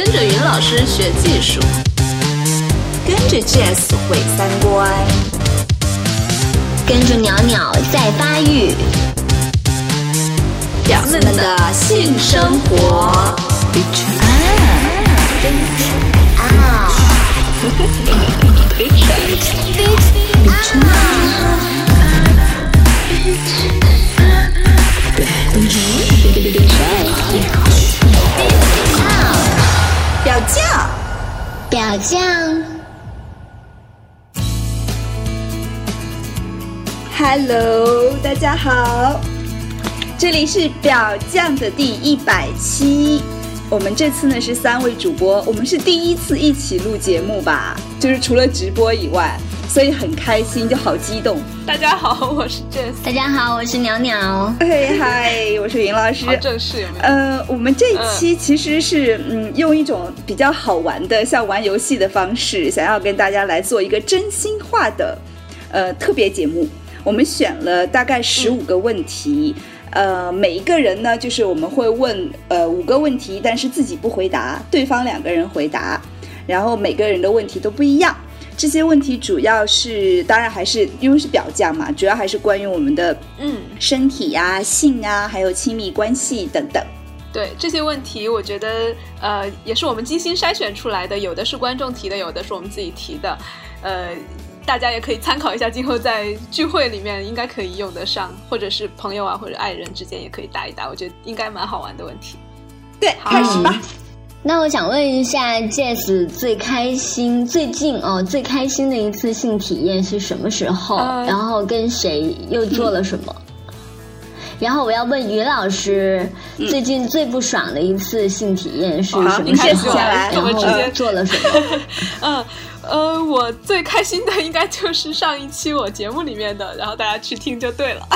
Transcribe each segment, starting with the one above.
跟着云老师学技术， 跟着 Jess 毁三观， 跟着袅袅在发育， 表妹们的性生活。 表酱 Hello， 大家好，这里是表酱的第100期。我们这次呢是3位主播，我们是第一次一起录节目吧，就是除了直播以外，所以很开心，就好激动。 大家好，我是 Jess。 大家好，我是袅袅。 嘿嗨，我是云老师。 好正式有没有？ 我们这一期其实是用一种比较好玩的，像玩游戏的方式，想要跟大家来做一个真心话的特别节目。我们选了大概15个问题。每一个人呢，就是我们会问5个问题，但是自己不回答，对方2个人回答，然后每个人的问题都不一样。这些问题主要是，当然还是因为是表酱嘛，主要还是关于我们的身体啊、性啊，还有亲密关系等等。 对，这些问题我觉得也是我们精心筛选出来的，有的是观众提的，有的是我们自己提的。大家也可以参考一下，今后在聚会里面应该可以用得上，或者是朋友啊或者爱人之间也可以答一答，我觉得应该蛮好玩的问题。 对，开始吧。 那我想问一下 Jess 最近最开心的一次性体验是什么时候？然后跟谁又做了什么？然后我要问于老师，最近最不爽的一次性体验是什么时候？然后做了什么？ 我最开心的应该就是上一期我节目里面的，然后大家去听就对了。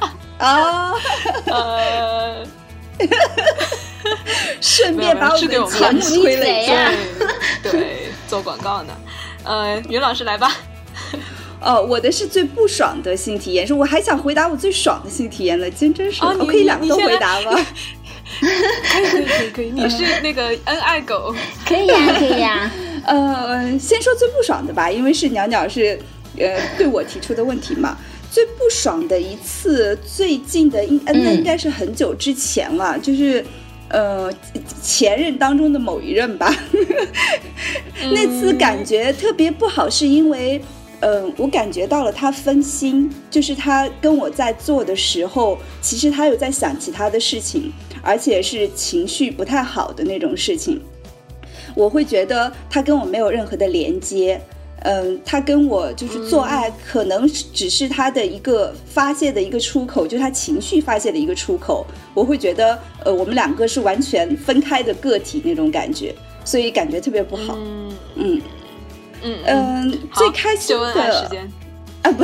顺便把我们的节目推了一下。 对，做广告呢。云老师来吧。 我的是最不爽的性体验，是我还想回答我最爽的性体验了，真是。我可以2个都回答吗？ 可以，你是那个恩爱狗。 可以呀。 先说最不爽的吧，因为是袅袅是对我提出的问题嘛。最不爽的一次，最近的那应该是很久之前了，就是前任当中的某一任吧。那次感觉特别不好，是因为我感觉到了他分心，就是他跟我在做的时候，其实他有在想其他的事情，而且是情绪不太好的那种事情。我会觉得他跟我没有任何的连接，他跟我就是做爱，可能只是他的一个发泄的一个出口，就是他情绪发泄的一个出口。我会觉得我们2个是完全分开的个体那种感觉，所以感觉特别不好。最开心的时间不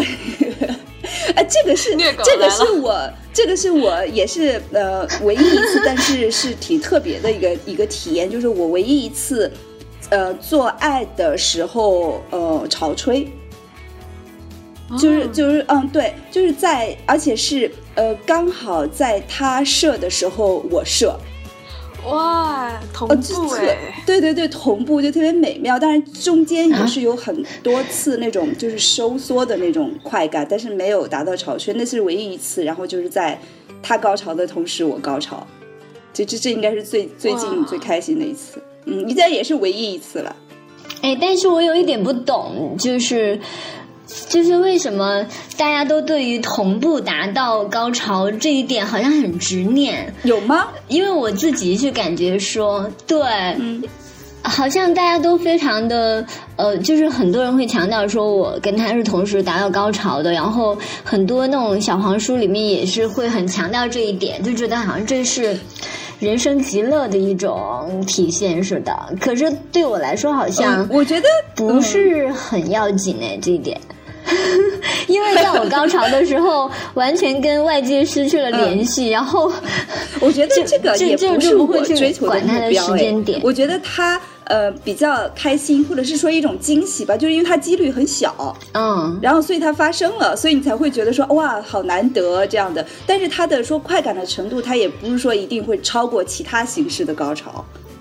这个是我也是唯一一次，但是是挺特别的一个体验，就是我唯一一次做爱的时候潮吹，就是对，就是在，而且是刚好在他射的时候我射。 哇，同步对，同步就特别美妙。当然中间也是有很多次那种就是收缩的那种快感，但是没有达到潮吹，那是唯一一次。然后就是在他高潮的同时我高潮，这应该是最近最开心的一次。应该也是唯一一次了。 但是我有一点不懂，就是为什么大家都对于同步达到高潮这一点好像很执念？ 有吗？ 因为我自己是感觉说，对，好像大家都非常的就是很多人会强调说我跟他是同时达到高潮的，然后很多那种小黄书里面也是会很强调这一点，就觉得好像这是人生极乐的一种体现似的。可是对我来说好像我觉得不是很要紧这一点。因为在我高潮的时候完全跟外界失去了联系，然后我觉得这个也不是我追求的目标。 时间点， 我觉得他比较开心，或者是说一种惊喜吧，就是因为它几率很小，然后所以它发生了，所以你才会觉得说哇好难得这样的。但是它的说快感的程度，它也不是说一定会超过其他形式的高潮。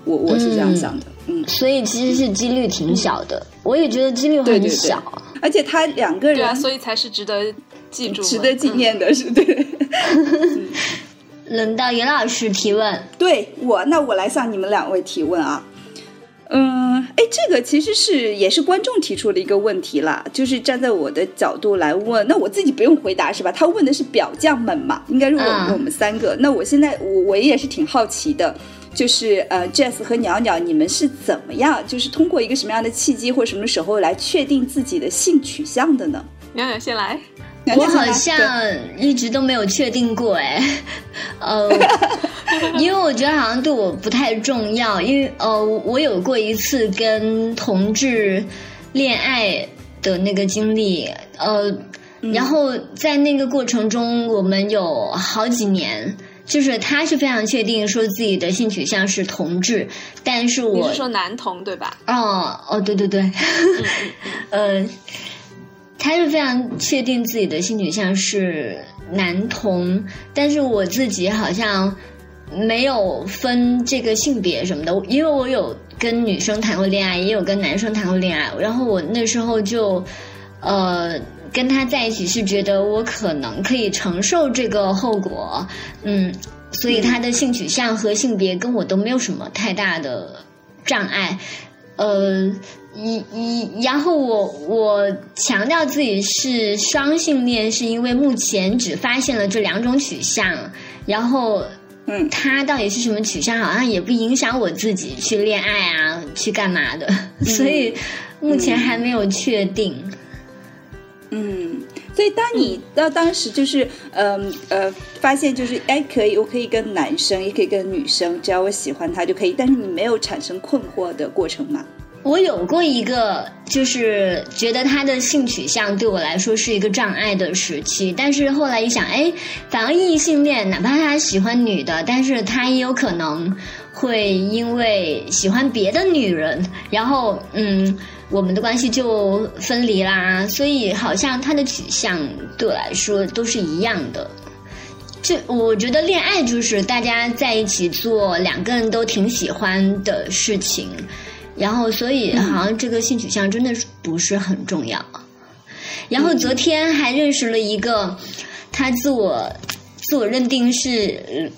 我是这样想的。 所以其实是几率挺小的，我也觉得几率很小。 对，而且他两个人， 对啊，所以才是值得记住、 值得纪念的，是对。 轮到严老师提问， 对那我来向你们两位提问啊。这个其实也是观众提出的一个问题啦，就是站在我的角度来问，那我自己不用回答是吧？他问的是表匠们嘛，应该是我们三个。那我现在我也是挺好奇的，就是Jess 和袅袅，你们是怎么样，就是通过一个什么样的契机或什么时候来确定自己的性取向的呢？ 袅袅先来。 我好像一直都没有确定过因为我觉得好像对我不太重要，因为我有过一次跟同志恋爱的那个经历，然后在那个过程中我们有好几年，就是他是非常确定说自己的性取向是同志，但是你是说男同对吧？ 对他是非常确定自己的性取向是男同，但是我自己好像没有分这个性别什么的，因为我有跟女生谈过恋爱，也有跟男生谈过恋爱，然后我那时候就跟他在一起是觉得我可能可以承受这个后果，所以他的性取向和性别跟我都没有什么太大的障碍，然后我强调自己是双性恋，是因为目前只发现了这两种取向，然后他到底是什么取向好像也不影响我自己去恋爱啊，去干嘛的，所以目前还没有确定。 所以当你到当时就是发现就是我可以跟男生也可以跟女生，只要我喜欢他就可以，但是你没有产生困惑的过程吗？ 我有过一个就是觉得他的性取向对我来说是一个障碍的时期，但是后来一想，反而异性恋哪怕他喜欢女的，但是他也有可能会因为喜欢别的女人，然后我们的关系就分离啦，所以好像他的取向对我来说都是一样的。我觉得恋爱就是大家在一起做两个人都挺喜欢的事情，然后所以好像这个性取向真的不是很重要。然后昨天还认识了一个他自我认定是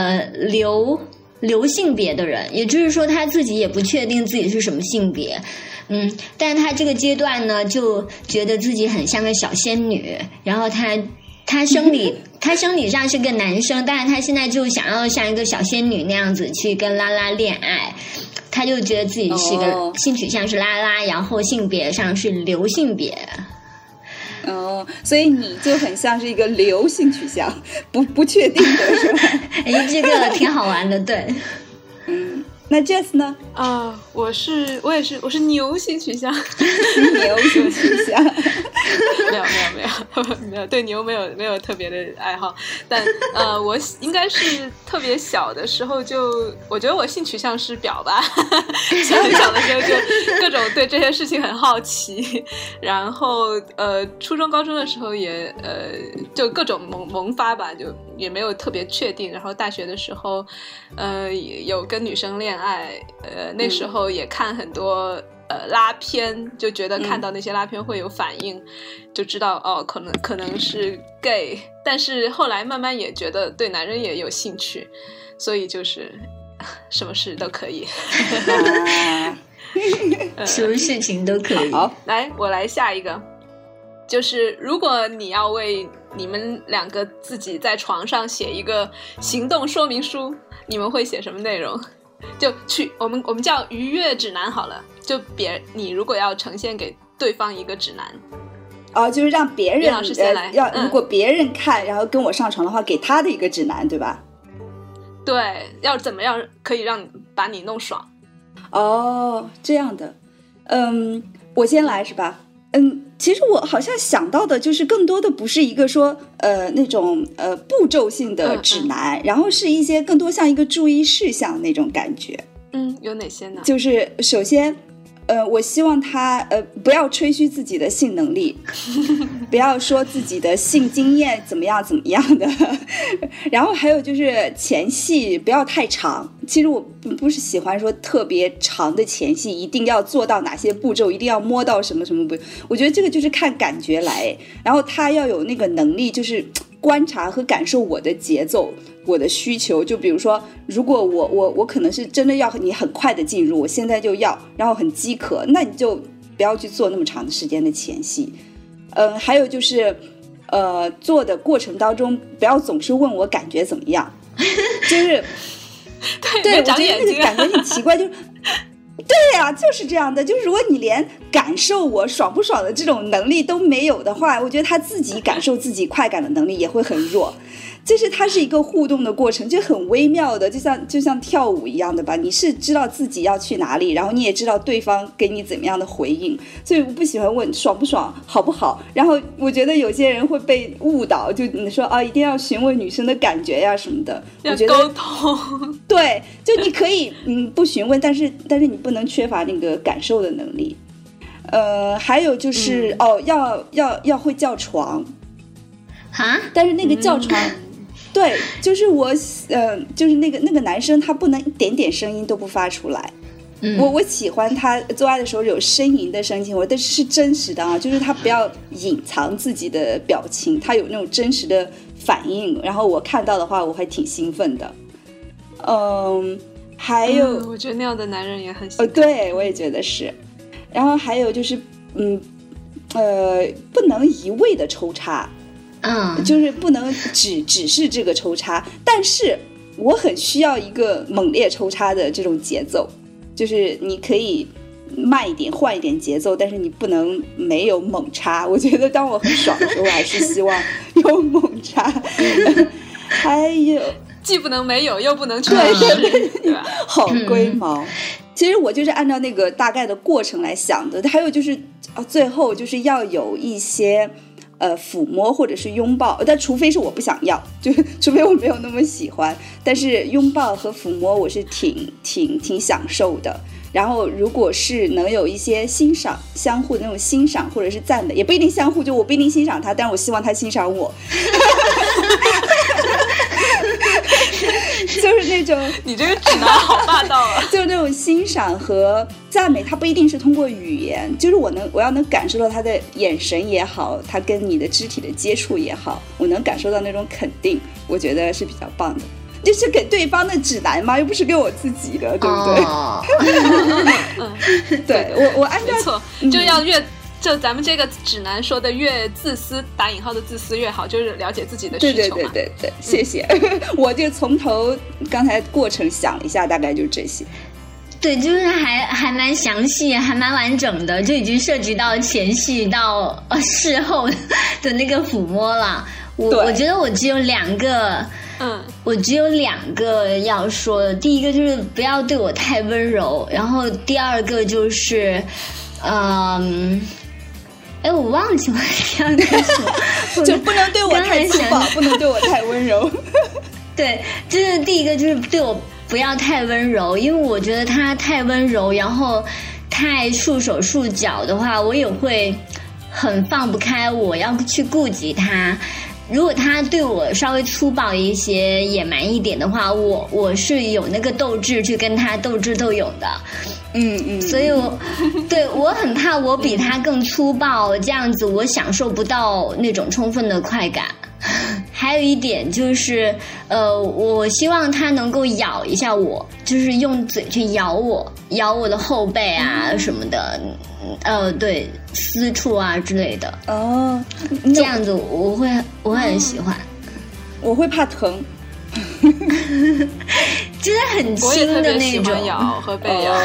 流性别的人，也就是说他自己也不确定自己是什么性别，但是他这个阶段呢就觉得自己很像个小仙女，然后他生理上是个男生，但是他现在就想要像一个小仙女那样子去跟拉拉恋爱，他就觉得自己是一个性取向是拉拉，然后性别上是流性别。 所以你就很像是一个流性取向，不确定的是吧？ 这个挺好玩的，对。 那 Jess 呢？ 我是牛性取向。 牛性取向。 没有对牛没有特别的爱好，但我应该是特别小的时候我觉得我性取向是表吧，很小的时候就各种对这些事情很好奇，然后初中高中的时候也就各种萌发吧，就也没有特别确定，然后大学的时候有跟女生恋爱，那时候也看很多拉片，就觉得看到那些拉片会有反应，就知道可能是 gay， 但是后来慢慢也觉得对男人也有兴趣，所以就是什么事都可以。 什么事情都可以。 好，我来下一个，就是如果你要为你们两个自己在床上写一个行动说明书，你们会写什么内容？就我们叫愉悦指南好了，就你如果要呈现给对方一个指南， 就是让别人老师先来， 如果别人看然后跟我上床的话，给他的一个指南，对吧？ 对，要怎么样可以把你弄爽？ 这样的，我先来是吧？其实我好像想到的就是更多的不是一个说那种步骤性的指南，然后是一些更多像一个注意事项那种感觉。 有哪些呢？ 就是首先我希望他不要吹嘘自己的性能力，不要说自己的性经验怎么样怎么样的，然后还有就是前戏不要太长。其实我不是喜欢说特别长的前戏，一定要做到哪些步骤，一定要摸到什么什么步骤，我觉得这个就是看感觉来。然后他要有那个能力，就是观察和感受我的节奏，我的需求。就比如说，如果我可能是真的要你很快的进入，我现在就要，然后很饥渴，那你就不要去做那么长的时间的前戏。还有就是做的过程当中不要总是问我感觉怎么样，就是对我觉得那个感觉很奇怪，就对呀，就是这样的。就是如果你连感受我爽不爽的这种能力都没有的话，我觉得他自己感受自己快感的能力也会很弱。就是它是一个互动的过程，就很微妙的，就像跳舞一样的吧。你是知道自己要去哪里，然后你也知道对方给你怎么样的回应。所以我不喜欢问爽不爽，好不好。然后我觉得有些人会被误导，就你说啊，一定要询问女生的感觉呀什么的。 要沟通。 对，就你可以不询问，但是你不能缺乏那个感受的能力。还有就是要会叫床啊， 但是那个叫床。对，就是就是那个男生他不能一点点声音都不发出来。我喜欢他做爱的时候有呻吟的声音，但是真实的啊，就是他不要隐藏自己的表情，他有那种真实的反应，然后我看到的话我还挺兴奋的。还有我觉得那样的男人也很喜欢。 对，我也觉得是。然后还有就是不能一味的抽插。就是不能只是这个抽插，但是我很需要一个猛烈抽插的这种节奏，就是你可以慢一点换一点节奏，但是你不能没有猛插。我觉得当我很爽的时候，我还是希望有猛插。还有既不能没有又不能缺失，对吧？ 好龟毛。其实我就是按照那个大概的过程来想的。还有就是最后就是要有一些抚摸或者是拥抱，但除非是我不想要，就是除非我没有那么喜欢，但是拥抱和抚摸我是挺享受的。然后如果是能有一些欣赏，相互的那种欣赏或者是赞美，也不一定相互，就我不一定欣赏他，但是我希望他欣赏我。就是那种你这个指南好霸道啊！ 就是那种欣赏和赞美，它不一定是通过语言，就是我要能感受到他的眼神也好，他跟你的肢体的接触也好，我能感受到那种肯定，我觉得是比较棒的。就是给对方的指南嘛，又不是给我自己的，对不对？对，我按照没错，就咱们这个指南说的越自私（打引号的自私）越好，就是了解自己的需求嘛。 对，谢谢。我就从头刚才过程想了一下，大概就是这些。 对，就是还蛮详细，还蛮完整的，就已经涉及到前戏到事后的那个抚摸了。我觉得我只有两个。我只有两个要说的，第一个就是不要对我太温柔，然后第二个就是我忘记我第二个什么， 就不能对我太粗暴，不能对我太温柔。 对，就是第一个就是对我不要太温柔，因为我觉得他太温柔，然后太束手束脚的话，我也会很放不开，我要去顾及他。如果他对我稍微粗暴一些、野蛮一点的话，我是有那个斗志去跟他斗智斗勇的。所以我很怕我比他更粗暴，这样子我享受不到那种充分的快感。还有一点就是，我希望他能够咬一下我，就是用嘴去咬我的后背啊什么的，对，私处啊之类的。这样子我会很喜欢。 我会怕疼。 真的很轻的那种。我也特别喜欢咬和被咬。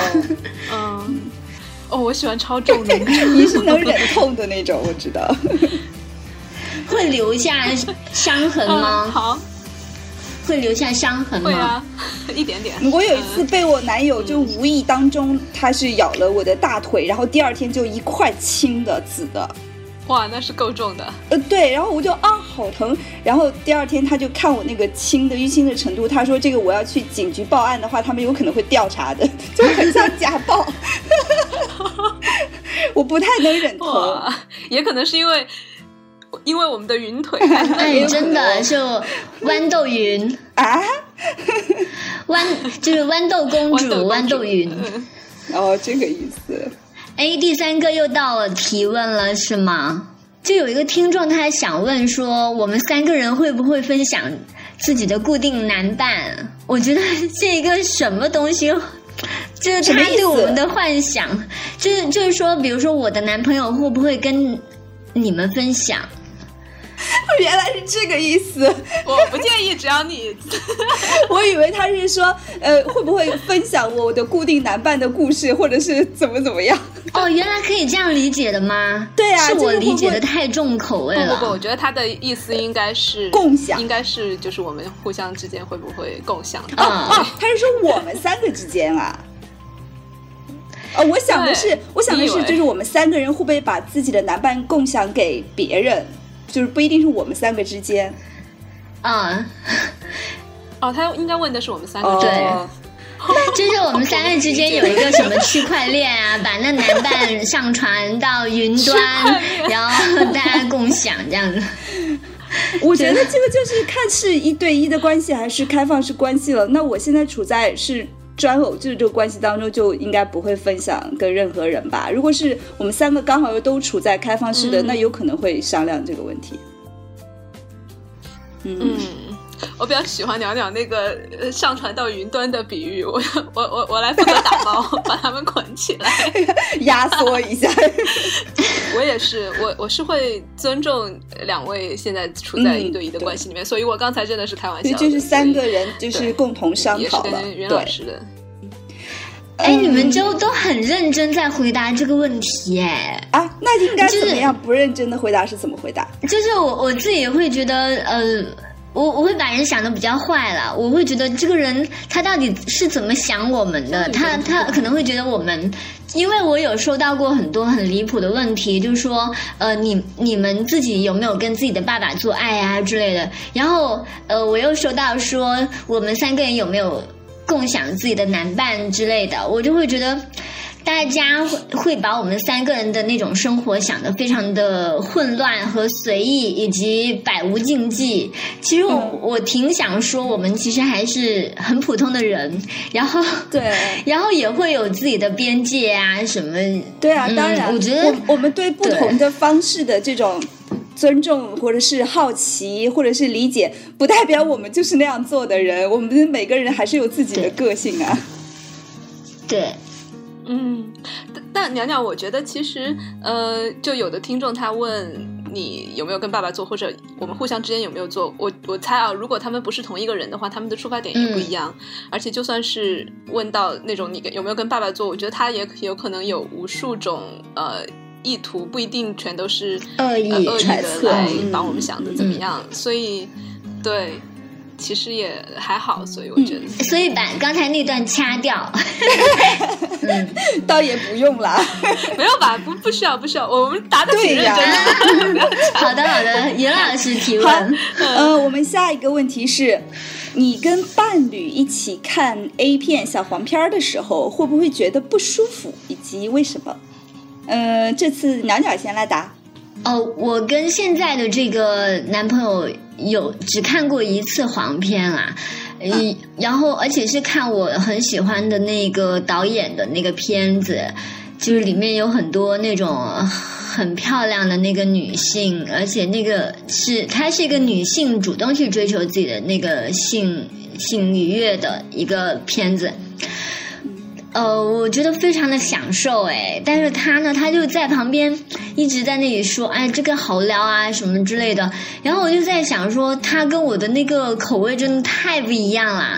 我喜欢超重的。 你是能忍痛的那种，我知道。 会留下伤痕吗？ 好， 会留下伤痕吗？ 会啊，一点点。 我有一次被我男友就无意当中，他是咬了我的大腿，然后第二天就一块青的紫的。 哇，那是够重的。 对，然后我就好疼，然后第二天他就看我那个淤青的程度，他说这个我要去警局报案的话，他们有可能会调查的，就很像家暴。 我不太能忍同。 也可能是因为我们的云腿哎，真的是豌豆云啊， 就是豌豆公主豌豆云。 哦，这个意思。 哎，第三个又到了提问了是吗？就有一个听众他还想问说，我们3个人会不会分享自己的固定男伴？我觉得这个什么东西，就是他对我们的幻想，就是说，比如说我的男朋友会不会跟你们分享？ 原来是这个意思。 我不介意，只要你我以为他是说会不会分享我的固定男伴的故事，或者是怎么样。 哦，原来可以这样理解的吗？ 对啊， 是我理解的太重口味了。 不，我觉得他的意思应该是共享， 应该是就是我们互相之间会不会共享。 他是说我们3个之间啊。我想的是就是我们3个人会不会把自己的男伴共享给别人，就是不一定是我们3个之间。 他应该问的是我们3个之间。 就是我们3个之间有一个什么区块链啊，把那男伴上传到云端，然后大家共享这样子。 我觉得这个就是看是1对1的关系还是开放式关系了。那我现在处在是专偶制这个关系当中，就应该不会分享跟任何人吧。如果是我们3个刚好又都处在开放式的，那有可能会商量这个问题。 我比较喜欢鸟鸟那个上传到云端的比喻，我来负责打包，把他们捆起来， 压缩一下。 我也是，我是会尊重2位现在处在1对1的关系里面，所以我刚才真的是开玩笑的， 就是3个人就是共同商讨了， 也是跟袁老师的。 哎，你们就都很认真在回答这个问题哎。 那应该怎么样？不认真的回答是怎么回答？ 就是我自己会觉得我会把人想的比较坏了，我会觉得这个人他到底是怎么想我们的，他可能会觉得我们，因为我有收到过很多很离谱的问题，就是说你们自己有没有跟自己的爸爸做爱啊之类的，然后我又收到说我们3个人有没有共享自己的男伴之类的，我就会觉得大家会把我们3个人的那种生活想得非常的混乱和随意，以及百无禁忌。其实我挺想说，我们其实还是很普通的人，然后对， 然后也会有自己的边界啊什么。 对啊，当然， 我觉得我们对不同的方式的这种尊重，或者是好奇，或者是理解，不代表我们就是那样做的人。我们每个人还是有自己的个性啊。 对。 但鸟鸟，我觉得其实就有的听众他问你有没有跟爸爸做，或者我们互相之间有没有做，我猜啊，如果他们不是同一个人的话，他们的出发点也不一样。而且就算是问到那种你有没有跟爸爸做，我觉得他也有可能有无数种意图，不一定全都是恶意的来把我们想的怎么样。所以对。其实也还好，所以我觉得， 所以把刚才那段掐掉， 倒也不用啦， 没有吧？不需要，我们答得挺认真的。 好的，袁老师提问。 我们下一个问题是：你跟伴侣一起看 A 片、小黄片的时候，会不会觉得不舒服，以及为什么？这次鸟鸟先来答。 我跟现在的这个男朋友只看过1次黄片啦，然后而且是看我很喜欢的那个导演的那个片子，就是里面有很多那种很漂亮的那个女性，而且那个她是一个女性主动去追求自己的那个性愉悦的一个片子。我觉得非常的享受但是他就在旁边一直在那里说这个好撩啊什么之类的，然后我就在想说他跟我的那个口味真的太不一样了。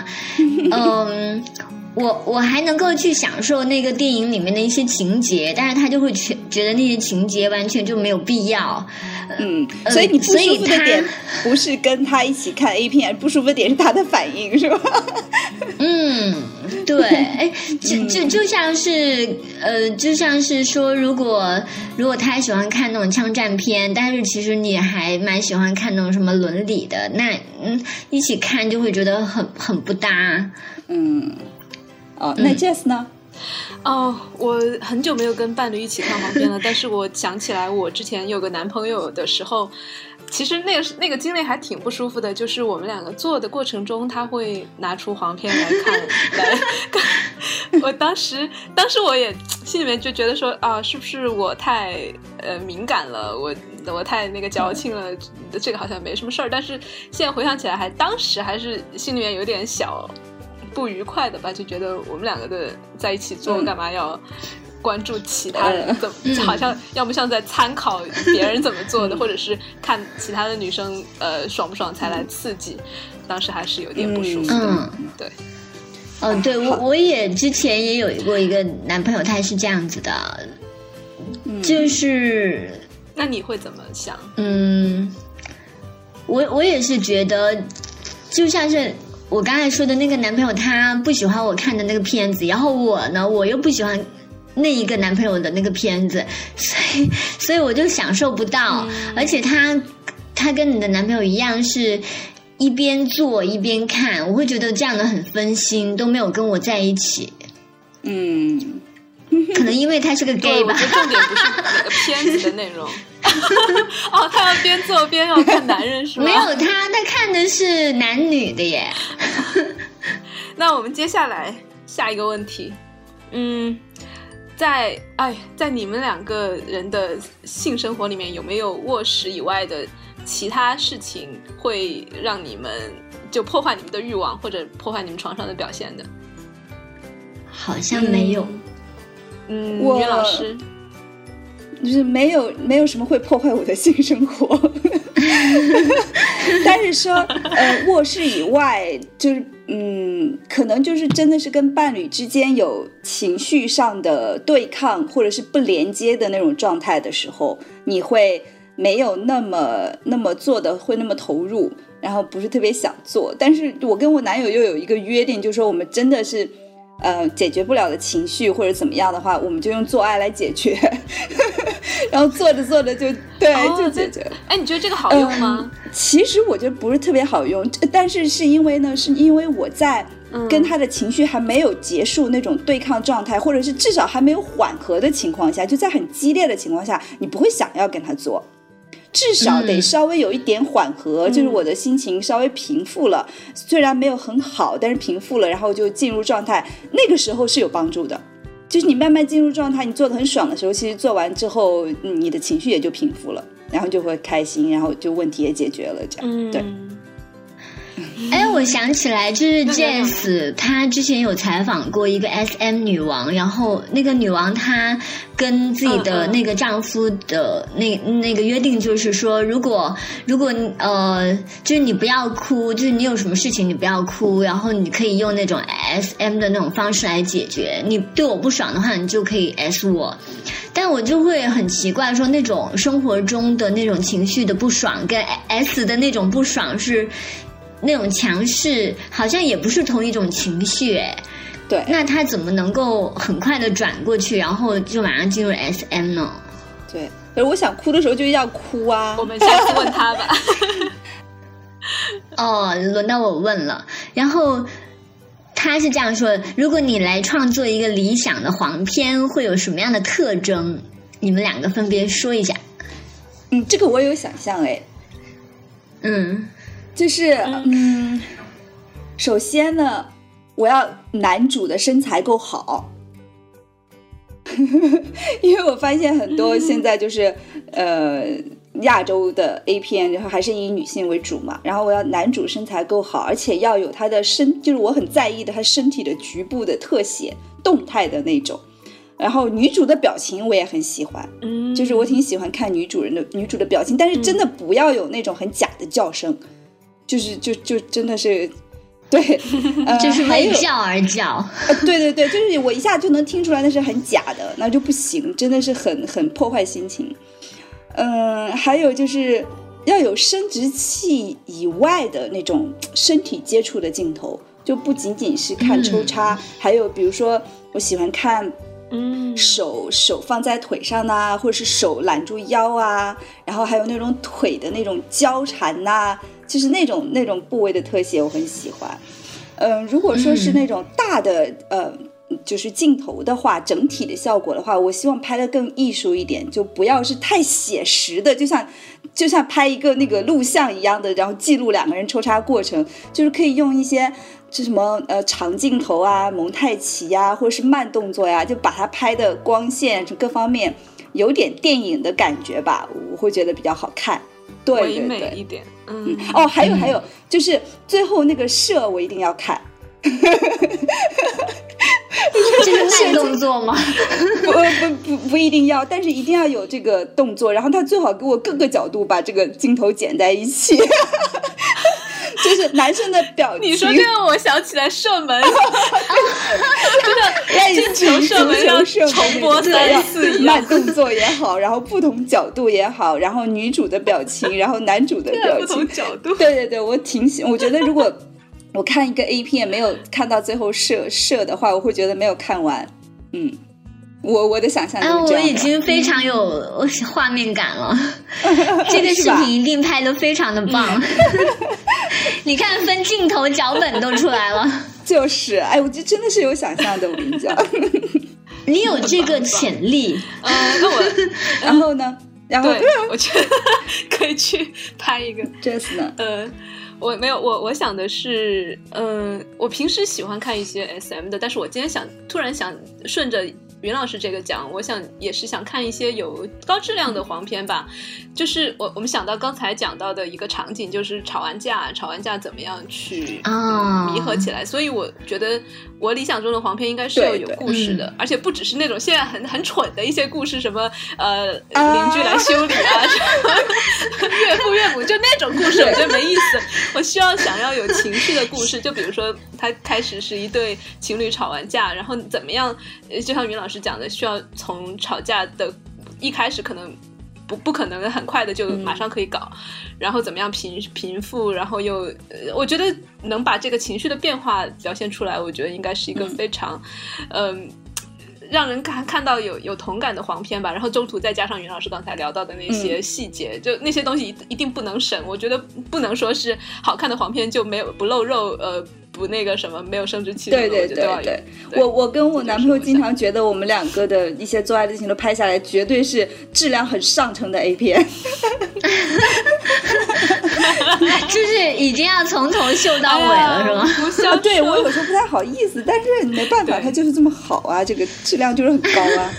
我还能够去享受那个电影里面的一些情节，但是他就会觉得那些情节完全就没有必要。 所以你不舒服的点不是跟他一起看 A 片，不舒服的点是他的反应，是吧？ 对，就像是说，如果他喜欢看那种枪战片，但是其实你还蛮喜欢看那种什么伦理的，那一起看就会觉得很不搭。 那 Jess 呢？ 我很久没有跟伴侣一起看黄片了，但是我想起来我之前有个男朋友的时候，其实那个经历还挺不舒服的，就是我们两个做的过程中，他会拿出黄片来看，来看。我当时我也心里面就觉得说是不是我太敏感了，我太那个矫情了，这个好像没什么事儿。但是现在回想起来，当时还是心里面有点小不愉快的吧，就觉得我们两个的在一起做，干嘛要关注其他人怎么，好像要不像在参考别人怎么做的，或者是看其他的女生爽不爽才来刺激，当时还是有点不舒服的。对。 对，我也之前也有过一个男朋友，他是这样子的，就是那你会怎么想？ 我也是觉得，就像是我刚才说的那个男朋友，他不喜欢我看的那个片子，然后我呢，我又不喜欢那一个男朋友的那个片子，所以我就享受不到，而且他跟你的男朋友一样是一边做一边看，我会觉得这样的很分心，都没有跟我在一起。可能因为他是个 gay 吧。 我觉得重点不是那个片子的内容。他要边做边要看男人是吗？ 没有，他看的是男女的耶。 那我们接下来下一个问题，在你们两个人的性生活里面，有没有卧室以外的其他事情会让你们就破坏你们的欲望，或者破坏你们床上的表现的？ 好像没有。 于老师就是没有什么会破坏我的性生活。但是说卧室以外，就是可能就是真的是跟伴侣之间有情绪上的对抗或者是不连接的那种状态的时候，你会没有那么做的会那么投入，然后不是特别想做。但是我跟我男友又有一个约定，就是说我们真的是解决不了的情绪或者怎么样的话，我们就用做爱来解决。然后做着做着就就解决。 你觉得这个好用吗？ 其实我觉得不是特别好用，但是是因为我在跟他的情绪还没有结束那种对抗状态，或者是至少还没有缓和的情况下，就在很激烈的情况下，你不会想要跟他做。至少得稍微有一点缓和，就是我的心情稍微平复了，虽然没有很好，但是平复了，然后就进入状态，那个时候是有帮助的。就是你慢慢进入状态，你做得很爽的时候，其实做完之后，你的情绪也就平复了，然后就会开心，然后就问题也解决了，这样。对。 我想起来，就是 Jess 她之前有采访过一个 SM 女王，然后那个女王她跟自己的那个丈夫的那个约定就是说，如果就是你不要哭，就是你有什么事情你不要哭，然后你可以用那种 SM 的那种方式来解决，你对我不爽的话，你就可以 S 我。但我就会很奇怪，说那种生活中的那种情绪的不爽跟 S 的那种不爽是那种强势，好像也不是同一种情绪。 对， 那他怎么能够很快的转过去，然后就马上进入 SM 呢？ 对，可是我想哭的时候就要哭啊。 我们下次问他吧。 轮到我问了，然后他是这样说的：如果你来创作一个理想的黄片，会有什么样的特征？你们两个分别说一下。 这个我有想象就是首先呢，我要男主的身材够好。因为我发现很多现在就是亚洲的 A 片，然后还是以女性为主嘛，然后我要男主身材够好，而且要有他的就是我很在意的他身体的局部的特写，动态的那种。然后女主的表情我也很喜欢，就是我挺喜欢看女主的表情，但是真的不要有那种很假的叫声，就真的是对， 就是为叫而叫。 对，就是我一下就能听出来那是很假的，那就不行，真的是很破坏心情。还有就是要有生殖器以外的那种身体接触的镜头，就不仅仅是看抽插，还有比如说我喜欢看手放在腿上啊，或者是手揽住腰啊，然后还有那种腿的那种交缠啊，就是那种部位的特写我很喜欢。如果说是那种大的就是镜头的话，整体的效果的话，我希望拍得更艺术一点，就不要是太写实的，就像拍一个那个录像一样的，然后记录两个人抽插过程，就是可以用一些就什么长镜头啊、蒙太奇啊，或者是慢动作呀，就把它拍的光线各方面有点电影的感觉吧，我会觉得比较好看。对对对， 唯美一点。 哦，还有就是最后那个射我一定要看。 这是慢动作吗？ 不一定要，但是一定要有这个动作，然后他最好给我各个角度把这个镜头剪在一起。就是男生的表情。 你说这个我想起来射门，这个进球射门要重播3次， 慢动作也好，然后不同角度也好，然后女主的表情，然后男主的表情， 不同角度。 对对对，我觉得如果我看一个 A 片没有看到最后射的话，我会觉得没有看完。我的想象就是这样的。 我已经非常有画面感了。这个视频一定拍得非常的棒。你看分镜头脚本都出来了。就是我这真的是有想象的，我跟你讲。 你有这个潜力。 那我然后呢？然后对，我觉得可以去拍一个。 Jess 呢？ 我没有，我想的是，我平时喜欢看一些 SM 的，但是我今天突然想顺着云老师这个讲，我想也是想看一些有高质量的黄片吧。就是我们想到刚才讲到的一个场景，就是吵完架怎么样去弥合起来。所以我觉得我理想中的黄片应该是要有故事的，而且不只是那种现在很蠢的一些故事，什么邻居来修理啊，什么岳父岳母，就那种故事我觉得没意思。我想要有情绪的故事，就比如说他开始是一对情侣吵完架，然后怎么样，就像云老师讲的，需要从吵架的一开始可能不可能很快的就马上可以搞，然后怎么样平复，然后又我觉得能把这个情绪的变化表现出来，我觉得应该是一个非常让人看到有同感的黄片吧。然后中途再加上云老师刚才聊到的那些细节，就那些东西一定不能省。我觉得不能说是好看的黄片就没有不露肉，不那个什么没有生殖器。对对对对， 我跟我男朋友经常觉得我们两个的一些做爱的事情都拍下来，绝对是质量很上乘的 A 片。 就是已经要从头秀到尾了，是吗？ 对，我有时候不太好意思，但是没办法，它就是这么好啊，这个质量就是很高啊。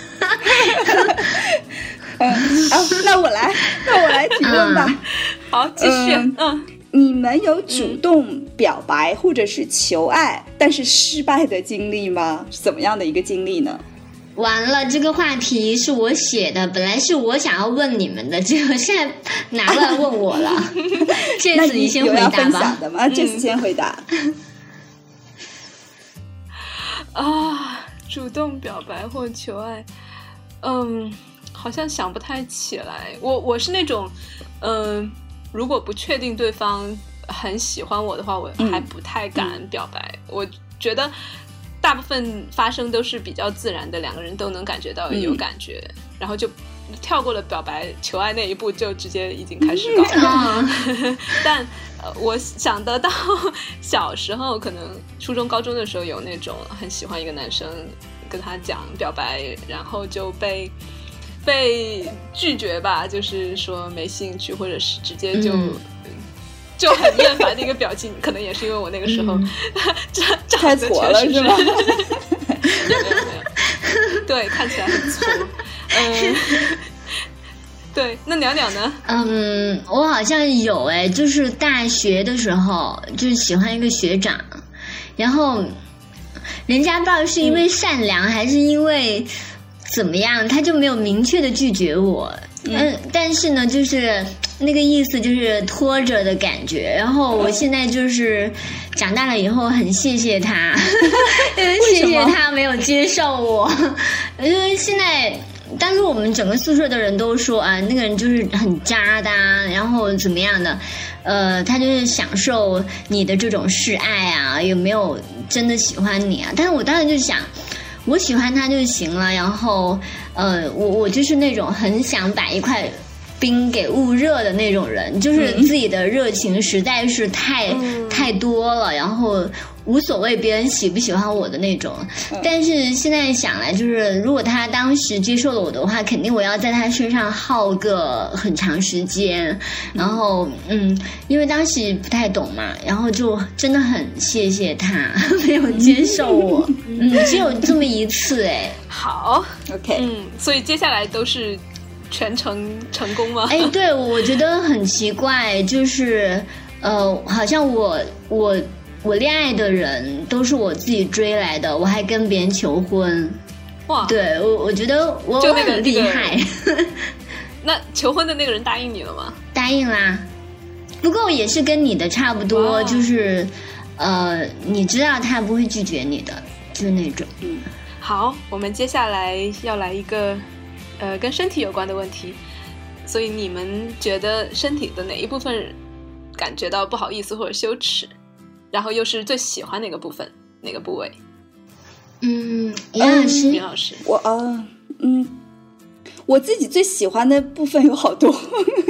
那我来提问吧。 好，继续。 你们有主动表白或者是求爱但是失败的经历吗？是怎么样的一个经历呢？ 完了，这个话题是我写的，本来是我想要问你们的，结果现在拿过来问我了。这次你先回答吧。 那你有要分享的吗？这次先回答。 主动表白或求爱，好像想不太起来。我是那种，如果不确定对方很喜欢我的话，我还不太敢表白。我觉得大部分发生都是比较自然的，两个人都能感觉到有感觉，然后就跳过了表白求爱那一步，就直接已经开始搞了。但我想得到小时候可能初中高中的时候有那种很喜欢一个男生，跟他讲表白，然后就被拒绝吧，就是说没兴趣，或者是直接就很厌烦的一个表情。可能也是因为我那个时候太挫了，是吗？ 没有，对，看起来很挫。对，那鸟鸟呢？ 我好像有就是大学的时候，就是喜欢一个学长，然后人家不知道是因为善良还是因为怎么样，他就没有明确的拒绝我。但是呢，就是那个意思就是拖着的感觉。然后我现在就是长大了以后很谢谢他，谢谢他没有接受我。因为现在当时我们整个宿舍的人都说那个人就是很渣的然后怎么样的，他就是享受你的这种示爱啊，有没有真的喜欢你啊？但是我当时就想，我喜欢他就行了，然后我就是那种很想把一块冰给捂热的那种人，就是自己的热情实在是太多了，然后无所谓别人喜不喜欢我的那种。但是现在想来，就是如果他当时接受了我的话，肯定我要在他身上耗个很长时间。然后因为当时不太懂嘛，然后就真的很谢谢他没有接受我。只有这么一次哎。 好 ，OK， 所以接下来都是全程成功吗？ 哎，对，我觉得很奇怪，就是好像我恋爱的人都是我自己追来的，我还跟别人求婚。 哇， 对，我觉得我很厉害。 那求婚的那个人答应你了吗？ 答应啦，不过也是跟你的差不多，就是你知道他不会拒绝你的，就是那种。 好，我们接下来要来一个跟身体有关的问题，所以你们觉得身体的哪一部分感觉到不好意思或者羞耻，然后又是最喜欢哪个部分哪个部位？ 尹老师， 我自己最喜欢的部分有好多。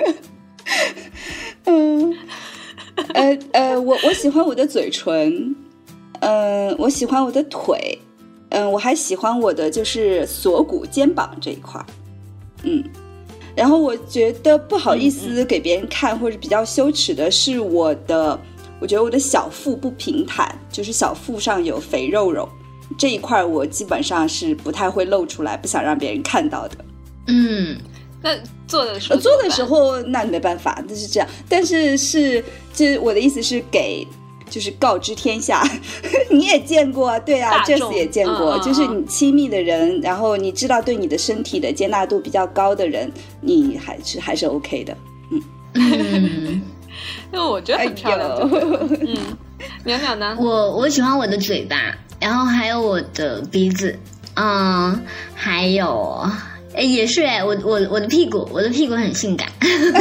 我喜欢我的嘴唇，我喜欢我的腿，我还喜欢我的就是锁骨、肩膀这一块，然后我觉得不好意思给别人看或者比较羞耻的是我觉得我的小腹不平坦，就是小腹上有肥肉肉这一块，我基本上是不太会露出来，不想让别人看到的。 那做的时候那没办法，就是这样。但是就是我的意思是就是告知天下，你也见过，对啊，Jess 也见过，就是你亲密的人，然后你知道对你的身体的接纳度比较高的人，你还是 OK 的。 因为我觉得很漂亮。淼淼呢？ 我喜欢我的嘴巴，然后还有我的鼻子，还有。也是我的屁股很性感。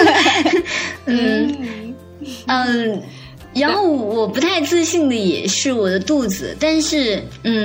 然后我不太自信的也是我的肚子，但是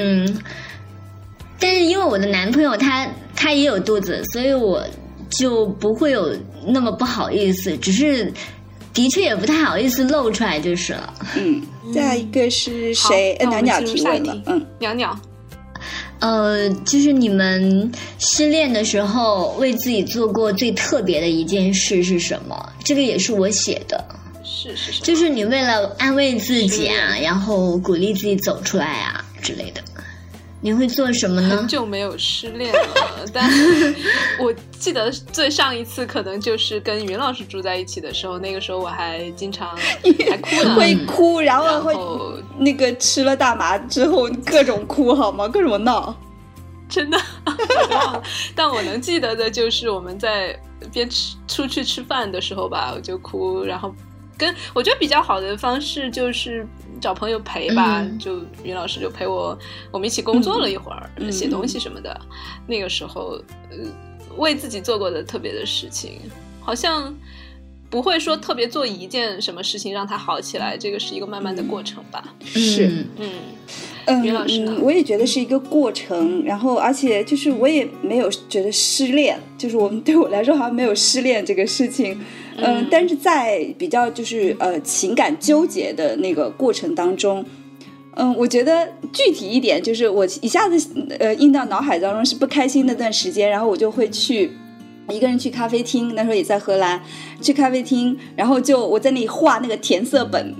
因为我的男朋友他也有肚子，所以我就不会有那么不好意思，只是的确也不太好意思露出来就是了。 再一个是谁？袅袅提问了。 袅袅。 就是你们失恋的时候为自己做过最特别的一件事是什么？这个也是我写的。 是就是你为了安慰自己啊，然后鼓励自己走出来啊之类的，你会做什么呢？ 很久没有失恋了，但我记得最上一次可能就是跟云老师住在一起的时候，那个时候我还经常还哭呢， 会哭，然后会那个吃了大麻之后各种哭好吗？各种闹， 真的但我能记得的就是我们在出去吃饭的时候吧，我就哭，然后我觉得比较好的方式就是找朋友陪吧，就云老师就陪我们一起工作了一会儿，写东西什么的。那个时候为自己做过的特别的事情，好像不会说特别做一件什么事情让它好起来，这个是一个慢慢的过程吧。 是云老师呢？ 我也觉得是一个过程，然后而且就是我也没有觉得失恋，就是对我来说好像没有失恋这个事情。但是在比较就是情感纠结的那个过程当中，我觉得具体一点就是我一下子印到脑海当中是不开心那段时间，然后我就会一个人去咖啡厅，那时候也在荷兰，去咖啡厅，然后我在那里画那个填色本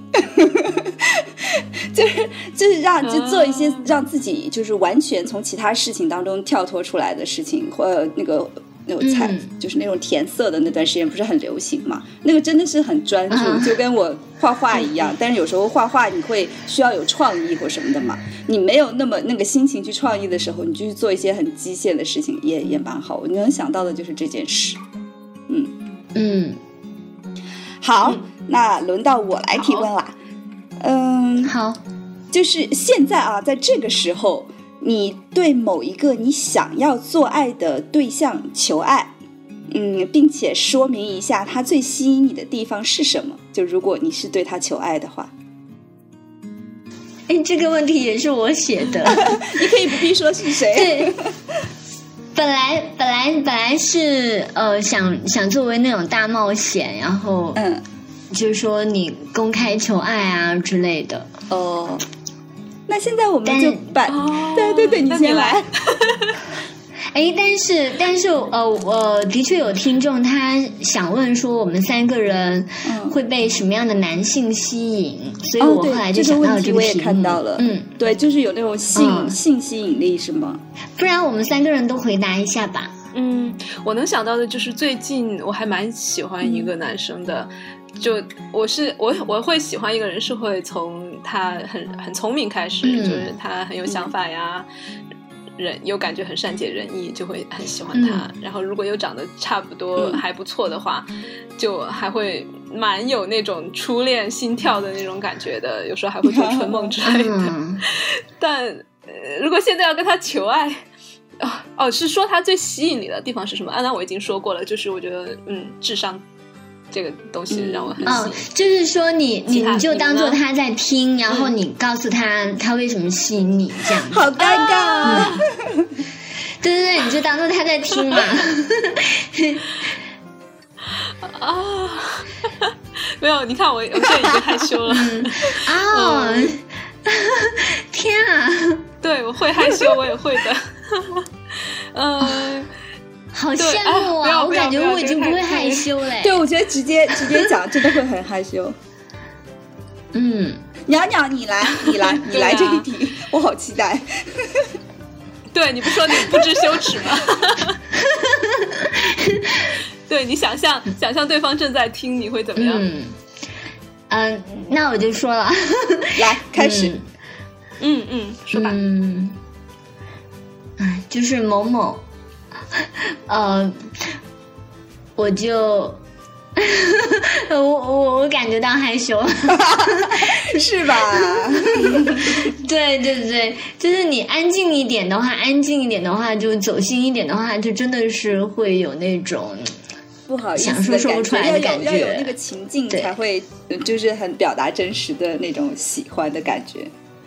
就是就做一些让自己就是完全从其他事情当中跳脱出来的事情，或者那种就是那种填色的那段时间不是很流行嘛？那个真的是很专注，就跟我画画一样。但是有时候画画你会需要有创意或什么的嘛，你没有那个心情去创意的时候，你就去做一些很机械的事情，也蛮好。我能想到的就是这件事。好，那轮到我来提问啦。 好， 就是现在啊，在这个时候。你对某一个你想要做爱的对象求爱，并且说明一下他最吸引你的地方是什么，就如果你是对他求爱的话。 这个问题也是我写的。 你可以不必说是谁。 对，本来来是想作为那种大冒险，然后就是说你公开求爱啊之类的。 哦，那现在我们就把对，你先来。 但是我的确有听众他想问说，我们3个人会被什么样的男性吸引？所以我后来就想到这个题目。 我也看到了。对，就是有那种性吸引力是吗？ 不然我们3个人都回答一下吧。 我能想到的就是最近我还蛮喜欢一个男生的。就我会喜欢一个人是会从他很聪明开始，就是他很有想法呀，人有感觉很善解人意，就会很喜欢他。然后如果又长得差不多还不错的话，就还会蛮有那种初恋心跳的那种感觉的，有时候还会做春梦之类的。但如果现在要跟他求爱，是说他最吸引你的地方是什么？那我已经说过了，就是我觉得智商这个东西让我很吸引。 就是说你就当做他在听，然后你告诉他为什么吸引你，这样好尴尬。 对，你就当做他在听嘛。 没有，你看我现在已经害羞了。 天啊！ 对，我会害羞，我也会的。 好羡慕啊！我感觉我已经不会害羞嘞。 对，我觉得直接讲真的会很害羞。鸟鸟，你来这一题，我好期待。 对，你不说你不知羞耻吗？对，你想象对方正在听，你会怎么样？ 那我就说了。 来，开始。 说吧。 就是某某。我就我感觉到害羞。 是吧？ 对，就是你安静一点的话，就走心一点的话，就真的是会有那种不好意思想说不出来的感觉， 要有那个情境才会就是很表达真实的那种喜欢的感觉。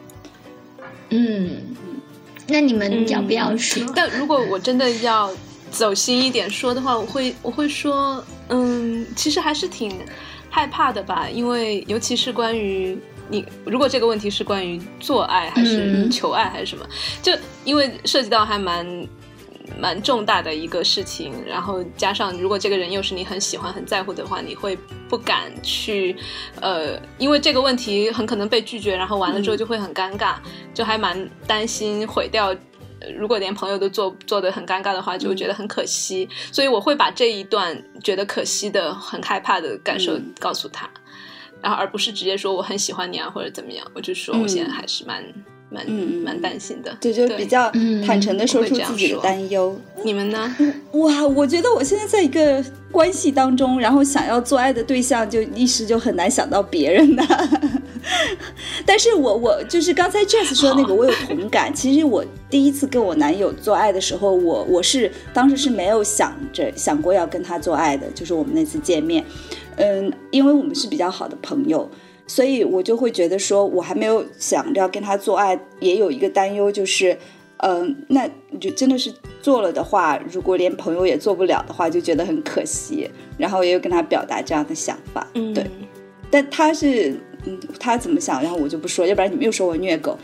那你们要不要说？ 但如果我真的要走心一点说的话，我会说，其实还是挺害怕的吧，因为尤其是关于你，如果这个问题是关于做爱还是求爱还是什么，就因为涉及到还蛮重大的一个事情，然后加上如果这个人又是你很喜欢很在乎的话，你会不敢去因为这个问题很可能被拒绝，然后完了之后就会很尴尬，就还蛮担心毁掉，如果连朋友都做得很尴尬的话，就会觉得很可惜，所以我会把这一段觉得可惜的很害怕的感受告诉他，然后而不是直接说我很喜欢你啊或者怎么样，我就说我现在还是蛮担心的， 对，就比较坦诚的说出自己的担忧。 你们呢？ 哇，我觉得我现在在一个关系当中，然后想要做爱的对象就一时就很难想到别人的。但是我就是刚才 Jess 说的那个我有同感。其实我第一次跟我男友做爱的时候，我是当时是没有想过要跟他做爱的，就是我们那次见面，因为我们是比较好的朋友，所以我就会觉得说我还没有想着要跟他做爱，也有一个担忧，就是那就真的是做了的话，如果连朋友也做不了的话，就觉得很可惜，然后也有跟他表达这样的想法。对，但他是他怎么想，然后我就不说，要不然你们又说我虐狗。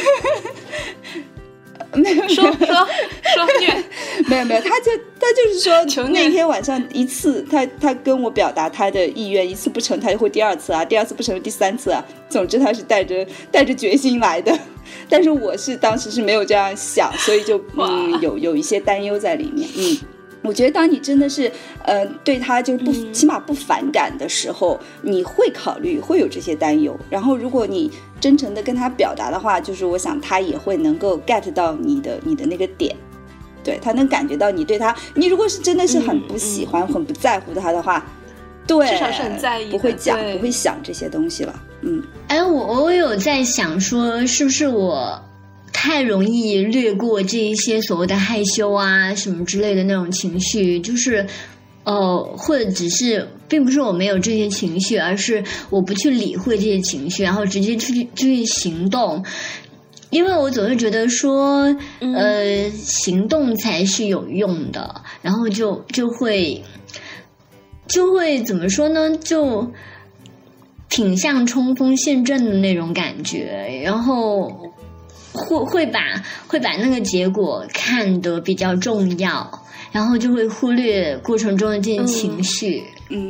没有说虐， 没有，他就是说那天晚上一次，他跟我表达他的意愿，一次不成他就会第二次啊，第二次不成第三次啊，总之他是带着决心来的，但是我是当时是没有这样想，所以就有一些担忧在里面。我觉得当你真的是对他就起码不反感的时候，你会考虑，会有这些担忧，然后如果你真诚的跟他表达的话，就是我想他也会能够 get 到你的那个点，对，他能感觉到你对他，你如果是真的是很不喜欢很不在乎他的话，对， 至少是很在意的， 不会想这些东西了。 我有在想说是不是我太容易略过这一些所谓的害羞啊什么之类的那种情绪，就是或者只是并不是我没有这些情绪，而是我不去理会这些情绪，然后直接去行动。 因为我总是觉得说，行动才是有用的，然后就会怎么说呢？就挺像冲锋陷阵的那种感觉，然后会把那个结果看得比较重要，然后就会忽略过程中的这些情绪。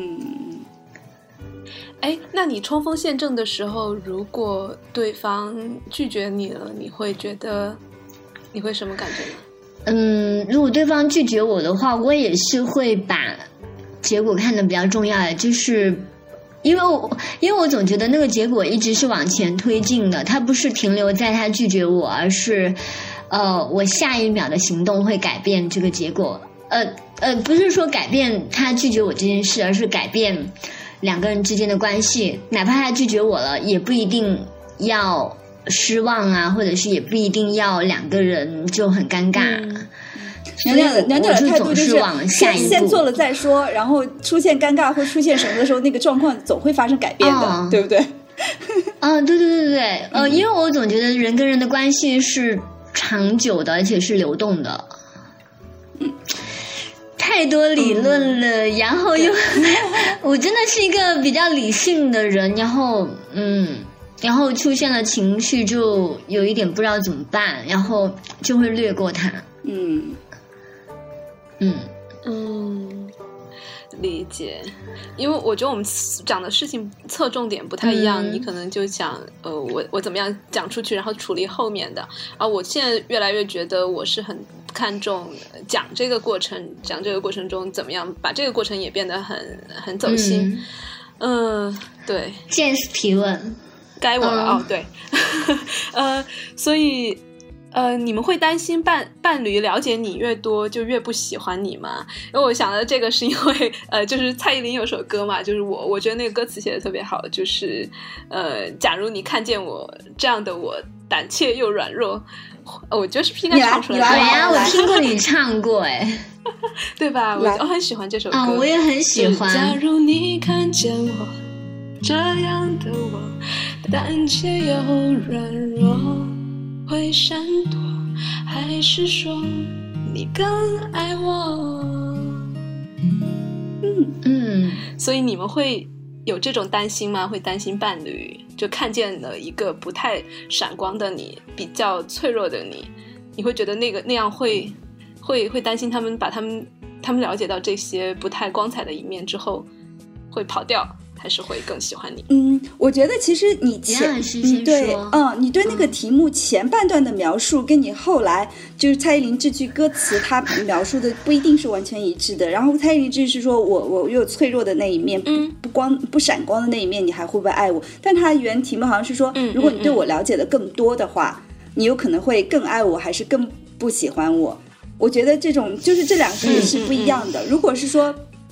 那你冲锋陷阵的时候，如果对方拒绝你了，你会觉得你会什么感觉呢？ 如果对方拒绝我的话，我也是会把结果看得比较重要的，就是因为我总觉得那个结果一直是往前推进的，它不是停留在他拒绝我，而是我下一秒的行动会改变这个结果。不是说改变他拒绝我这件事，而是改变两个人之间的关系，哪怕他拒绝我了，也不一定要失望啊，或者是也不一定要两个人就很尴尬。 娘娘的态度就是先做了再说，然后出现尴尬或出现什么的时候，那个状况总会发生改变的，对不对？ 对，因为我总觉得人跟人的关系是长久的，而且是流动的。太多理论了，然后又我真的是一个比较理性的人，然后出现了情绪就有一点不知道怎么办，然后就会略过它。 理解。因为我觉得我们讲的事情侧重点不太一样，你可能就想我怎么样讲出去，然后处理后面的。我现在越来越觉得我是很看重讲这个过程中怎么样把这个过程也变得很走心。对， 现在是提问该我了。对所以你们会担心伴侣了解你越多就越不喜欢你吗？因为我想的这个是因为就是蔡依林有首歌嘛，就是我觉得那个歌词写的特别好，就是假如你看见我这样的我胆怯又软弱，我觉得是不是应该唱出来？ 对呀，我听过你唱过对吧？我很喜欢这首歌。 我也很喜欢。 假如你看见我这样的我胆怯又软弱，会闪躲还是说你更爱我？所以你们会有这种担心吗？会担心伴侣就看见了一个不太闪光的你，比较脆弱的你，你会觉得那样会担心他们把他们了解到这些不太光彩的一面之后会跑掉，还是会更喜欢你？ 我觉得其实你你对那个题目前半段的描述跟你后来就是蔡依林这句歌词她描述的不一定是完全一致的。然后蔡依林就是说我有脆弱的那一面，不闪光的那一面，你还会不会爱我？但她原题目好像是说，如果你对我了解的更多的话，你有可能会更爱我还是更不喜欢我。我觉得这种就是这两个也是不一样的。如果是说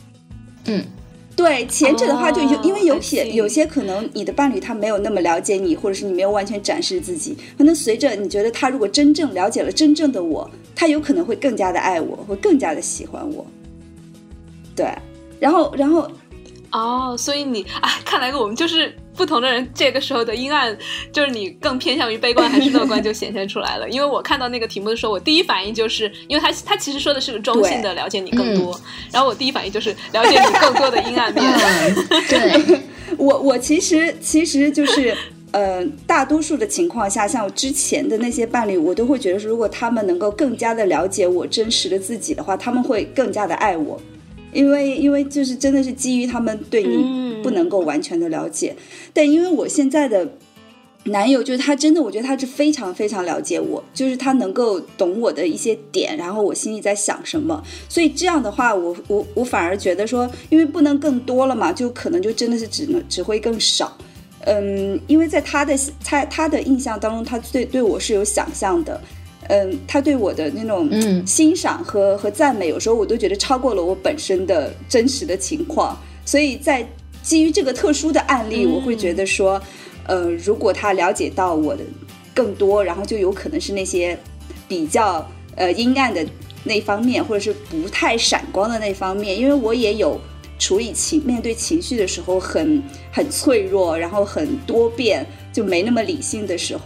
对前者的话，就因为有些可能你的伴侣他没有那么了解你，或者是你没有完全展示自己，可能随着你觉得他如果真正了解了真正的我，他有可能会更加的爱我，会更加的喜欢我。对，然后所以你看来我们就是不同的人，这个时候的阴暗就是你更偏向于悲观还是乐观就显现出来了。因为我看到那个题目的时候，我第一反应就是因为他其实说的是个中性的了解你更多，然后我第一反应就是了解你更多的阴暗面。 对， 我其实就是大多数的情况下，像我之前的那些伴侣，我都会觉得说，如果他们能够更加的了解我真实的自己的话，他们会更加的爱我。因为就是真的是基于他们对你不能够完全的了解，但因为我现在的男友就是他真的，我觉得他是非常非常了解我，就是他能够懂我的一些点，然后我心里在想什么，所以这样的话我反而觉得说，因为不能更多了嘛，就可能就真的是只会更少。因为在他的印象当中，他对我是有想象的。他对我的那种欣赏和赞美，有时候我都觉得超过了我本身的真实的情况，所以在基于这个特殊的案例，我会觉得说，如果他了解到我的更多，然后就有可能是那些比较阴暗的那方面，或者是不太闪光的那方面，因为我也有处理面对情绪的时候很脆弱，然后很多变，就没那么理性的时候。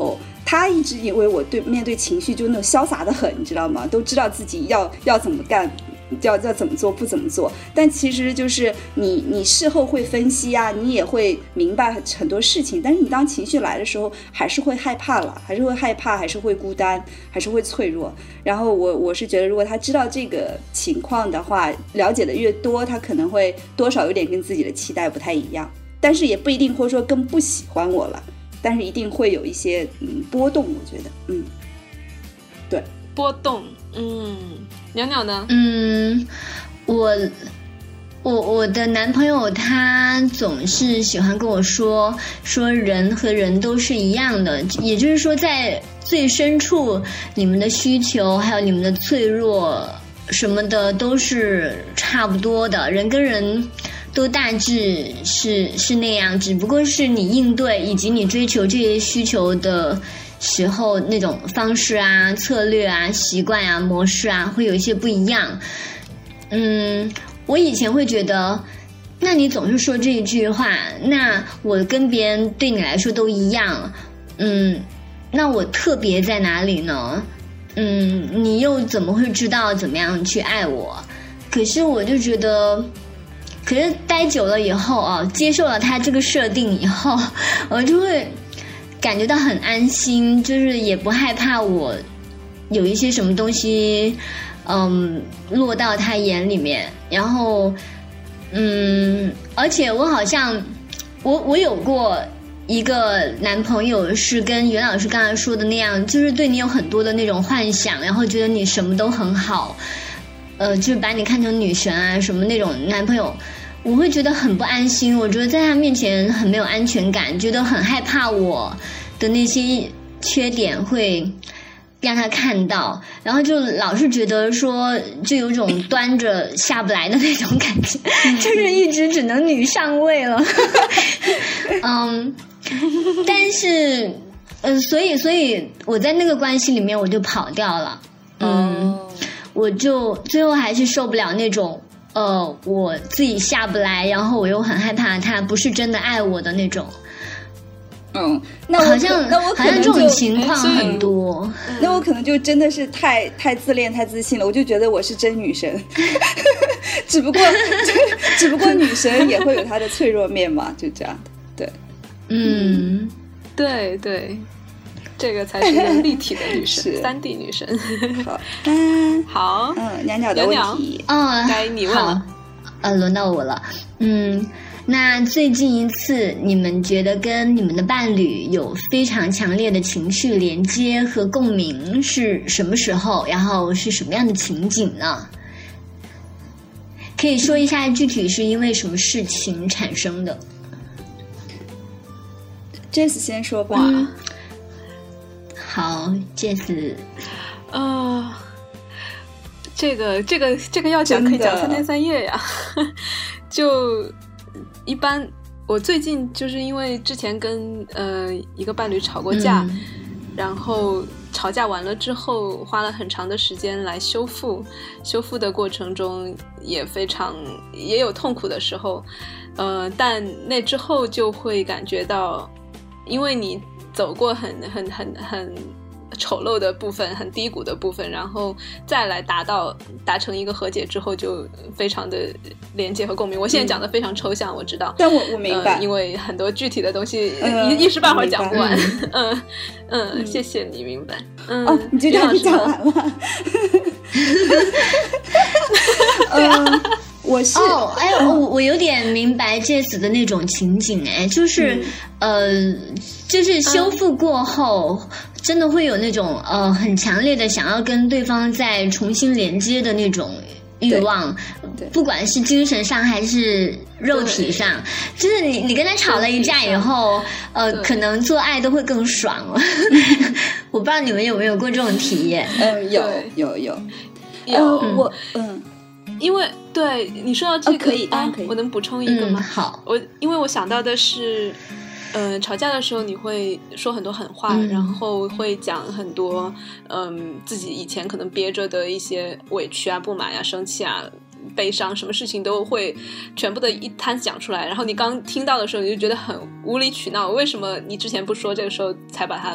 他一直以为我面对情绪就那种潇洒的很，你知道吗？都知道自己要怎么干，要怎么做，不怎么做。但其实就是你事后会分析啊，你也会明白很多事情。但是你当情绪来的时候，还是会害怕了，还是会害怕，还是会孤单，还是会脆弱。然后我是觉得，如果他知道这个情况的话，了解的越多，他可能会多少有点跟自己的期待不太一样，但是也不一定会说更不喜欢我了。但是一定会有一些波动，我觉得对， 波动。袅袅呢？ 我的男朋友他总是喜欢跟我说人和人都是一样的，也就是说在最深处你们的需求还有你们的脆弱什么的都是差不多的，人跟人都大致是那样，只不过是你应对以及你追求这些需求的时候那种方式啊、策略啊、习惯啊、模式啊会有一些不一样。我以前会觉得，那你总是说这一句话，那我跟别人对你来说都一样，那我特别在哪里呢？你又怎么会知道怎么样去爱我？可是我就觉得，可是待久了以后啊，接受了他这个设定以后，我就会感觉到很安心，就是也不害怕我有一些什么东西落到他眼里面。然后而且我好像我有过一个男朋友是跟袁老师刚才说的那样，就是对你有很多的那种幻想，然后觉得你什么都很好，就是把你看成女神啊什么那种男朋友，我会觉得很不安心，我觉得在他面前很没有安全感，觉得很害怕我的那些缺点会让他看到，然后就老是觉得说就有种端着下不来的那种感觉，就是一直只能女上位了。但是所以我在那个关系里面我就跑掉了。我就最后还是受不了那种我自己下不来，然后我又很害怕他不是真的爱我的那种。 那我好像这种情况很多。 那我可能就真的是太自恋太自信了，我就觉得我是真女神。只不过女神也会有她的脆弱面嘛，就这样的。对， 对对，这个才是立体的女神，3D 女神。好， 袅袅的问题该你问了。 轮到我了。那最近一次你们觉得跟你们的伴侣有非常强烈的情绪连接和共鸣是什么时候？然后是什么样的情景呢？可以说一下具体是因为什么事情产生的。 Jess 先说吧。 好 Jess。 这个要讲可以讲3天3夜呀。就一般我最近就是因为之前跟一个伴侣吵过架，然后吵架完了之后花了很长的时间来修复的过程中也有痛苦的时候，但那之后就会感觉到，因为你走过很丑陋的部分，很低谷的部分，然后再来达成一个和解之后，就非常的连接和共鸣。我现在讲的非常抽象，我知道， 但我明白， 因为很多具体的东西一时半会儿讲不完。谢谢你明白。 你就这样讲完了。 对啊。 我是我有点明白 Jess 的那种情景，就是就是修复过后，真的会有那种很强烈的想要跟对方再重新连接的那种欲望，不管是精神上还是肉体上，就是你跟他吵了一架以后，可能做爱都会更爽了。我不知道你们有没有过这种体验？ 有。 因为对你说到这个， 可以， 我能补充一个吗？ 好， 因为我想到的是，吵架的时候你会说很多狠话，然后会讲很多，自己以前可能憋着的一些委屈啊、不满啊、生气啊、悲伤，什么事情都会全部的一摊子讲出来。然后你刚听到的时候，你就觉得很无理取闹，为什么你之前不说，这个时候才把它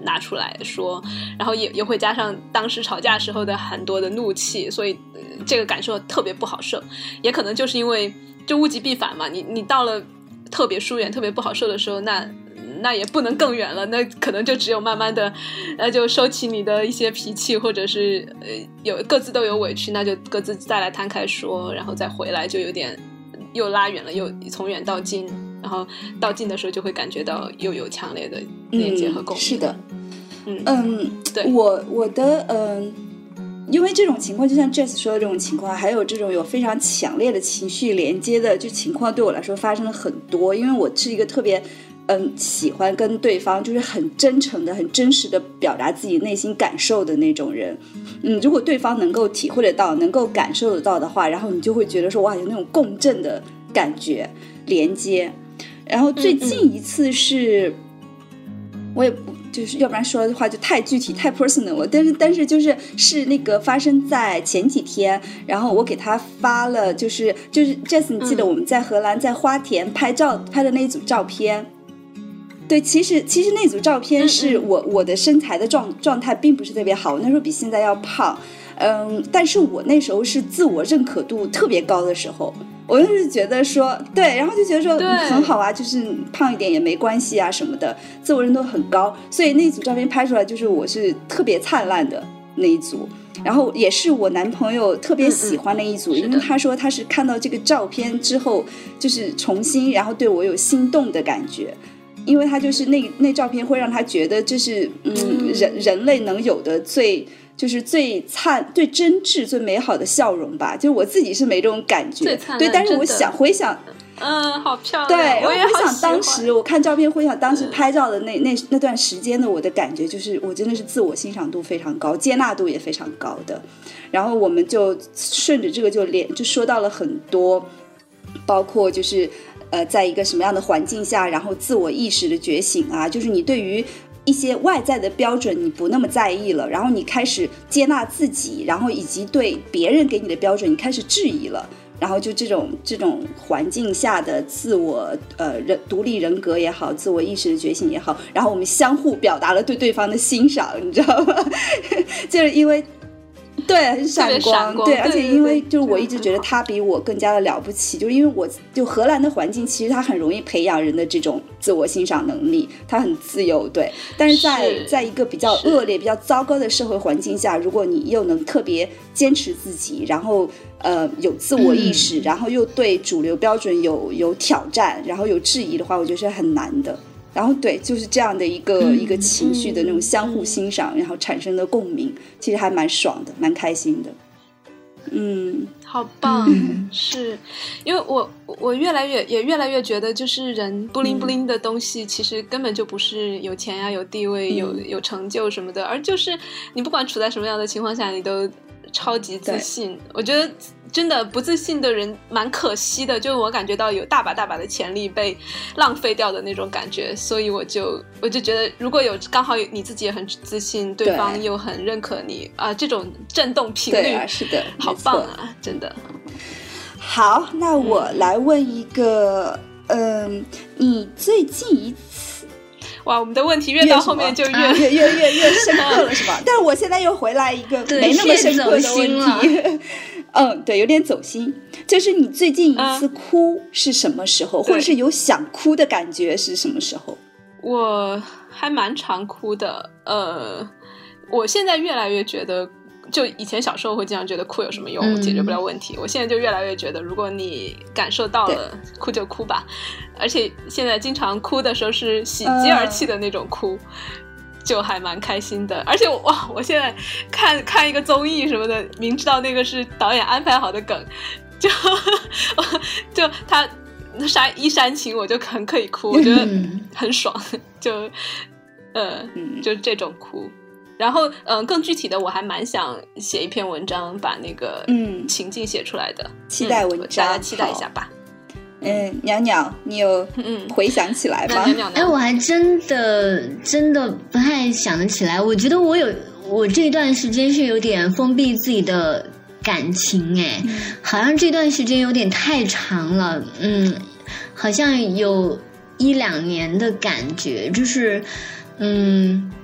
拿出来说，然后也会加上当时吵架时候的很多的怒气，所以这个感受特别不好受。也可能就是因为就物极必反嘛，你到了特别疏远特别不好受的时候，那也不能更远了，那可能就只有慢慢的就收起你的一些脾气，或者是有各自都有委屈，那就各自再来摊开说，然后再回来，就有点又拉远了，又从远到近，然后到近的时候就会感觉到又有强烈的连接和共鸣。 是的， 对， 我的因为这种情况就像 Jess 说的这种情况，还有这种有非常强烈的情绪连接的就情况，对我来说发生了很多。因为我是一个特别喜欢跟对方就是很真诚的很真实的表达自己内心感受的那种人。如果对方能够体会得到能够感受得到的话，然后你就会觉得说哇，有那种共振的感觉连接。然后最近一次是我也不就是要不然说的话就太具体太 personal 了，但是是那个发生在前几天，然后我给他发了就是 Jess 你记得我们在荷兰在花田拍的那一组照片。对，其实那组照片是我的身材的状态并不是特别好，我那时候比现在要胖，但是我那时候是自我认可度特别高的时候，我就是觉得说对，然后就觉得说很好啊，就是胖一点也没关系啊什么的，自我认同很高，所以那组照片拍出来就是我是特别灿烂的那一组，然后也是我男朋友特别喜欢的一组，因为他说他是看到这个照片之后就是重新然后对我有心动的感觉，因为他就是那照片会让他觉得这是人类能有的最真挚最美好的笑容吧，就我自己是没这种感觉，对，但是我回想好漂亮， 对， 我也好喜欢。 回想当时我看照片，回想当时拍照的那段时间的我的感觉，就是我真的是自我欣赏度非常高，接纳度也非常高的。然后我们就顺着这个就说到了很多，包括就是在一个什么样的环境下，然后自我意识的觉醒啊，就是你对于一些外在的标准你不那么在意了，然后你开始接纳自己，然后以及对别人给你的标准你开始质疑了，然后就这种环境下的自我独立人格也好，自我意识的觉醒也好，然后我们相互表达了对对方的欣赏，你知道吗？就是因为对很闪光，对，而且因为就是我一直觉得他比我更加的了不起，就是因为我就荷兰的环境其实他很容易培养人的这种自我欣赏能力，他很自由，对，但是在一个比较恶劣比较糟糕的社会环境下，如果你又能特别坚持自己，然后有自我意识，然后又对主流标准有挑战，然后有质疑的话，我觉得是很难的。然后对，就是这样的一个情绪的那种相互欣赏，然后产生的共鸣，其实还蛮爽的，蛮开心的。 好棒，是因为我越来越觉得，就是人不灵不灵的东西，其实根本就不是有钱呀、有地位、有成就什么的，而就是你不管处在什么样的情况下，你都超级自信。我觉得真的不自信的人蛮可惜的，就我感觉到有大把大把的潜力被浪费掉的那种感觉，所以我就觉得如果有刚好你自己也很自信，对方又很认可你啊，这种震动频率， 是的， 好棒啊，真的。 好，那我来问一个你最近一次哇，我们的问题越到后面就越深刻了是吧？但是我现在又回来一个没那么深刻的问题。对，有点走心。就是你最近一次哭是什么时候，或者是有想哭的感觉是什么时候？ 我还蛮常哭的。我现在越来越觉得，就以前小时候会经常觉得哭有什么用，解决不了问题。我现在就越来越觉得，如果你感受到了，哭就哭吧。而且现在经常哭的时候是喜极而泣的那种哭。就还蛮开心的，而且我现在看一个综艺什么的，明知道那个是导演安排好的梗，就他煽情我就很可以哭，我觉得很爽，就这种哭。然后更具体的，我还蛮想写一篇文章，把那个情境写出来的， 期待文章， 大家期待一下吧。 鸟鸟，你有回想起来吗？ 我还真的不太想得起来。我觉得我这段时间是有点封闭自己的感情，好像这段时间有点太长了，好像有1-2年的感觉，就是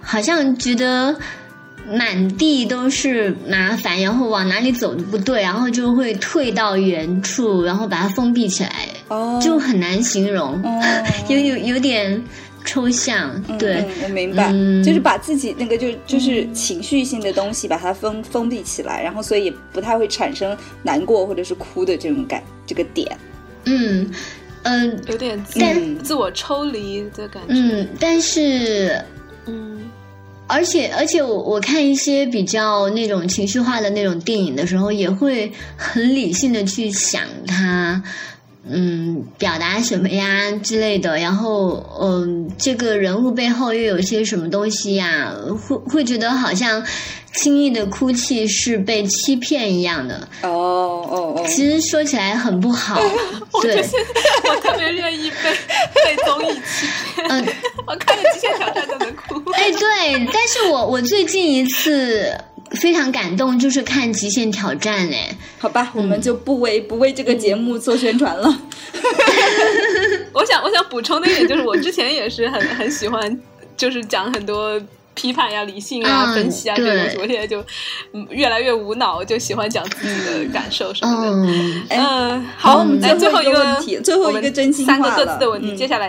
好像觉得满地都是麻烦，然后往哪里走都不对，然后就会退到原处，然后把它封闭起来，就很难形容，有点抽象。对， 我明白，就是把自己那个就是情绪性的东西把它封闭起来，然后所以也不太会产生难过或者是哭的这个点。 有点自我抽离的感觉。但是而且我看一些比较那种情绪化的那种电影的时候，也会很理性的去想它表达什么呀之类的，然后这个人物背后又有些什么东西呀，会觉得好像轻易的哭泣是被欺骗一样的。其实说起来很不好。对， 我特别愿意被综艺欺骗。我看了《极限挑战》都能哭。 对，但是我最近一次非常感动就是看《极限挑战》。 好吧，我们就不为这个节目做宣传了。 我想补充的一点就是，我之前也是很喜欢，就是讲很多批判呀、理性啊、分析啊这个东西。我现在就越来越无脑，就喜欢讲自己的感受什么的。好，我们最后一个问题， 最后一个真心话了， 三个各自的问题。接下来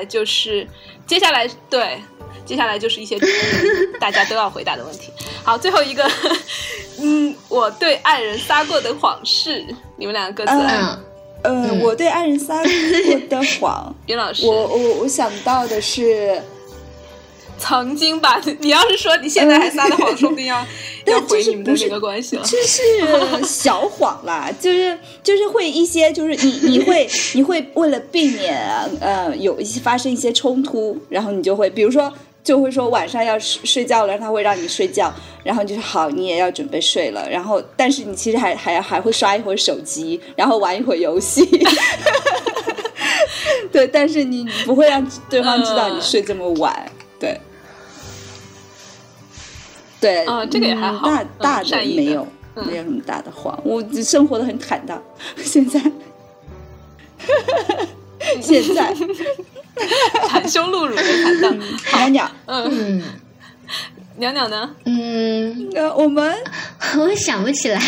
就是一些大家都要回答的问题。好，最后一个，我对爱人撒过的谎是，你们两个各自来。 我对爱人撒过的谎， 袁老师， 我想到的是曾经吧。你要是说你现在还撒的谎，说不定要毁你们的这个关系了。 这是小谎啦，就是会一些，就是你会为了避免有一些发生一些冲突，然后你就会比如说。就会说晚上要睡觉了，他会让你睡觉，然后就是好，你也要准备睡了，然后但是你其实还会刷一会儿手机，然后玩一会儿游戏。对，但是你不会让对方知道你睡这么晚。对， 这个也还好。 大的没有什么大的谎，我生活的很坦荡。现在袒胸露乳的坦荡。 娘娘， 娘娘呢？ 我想不起来。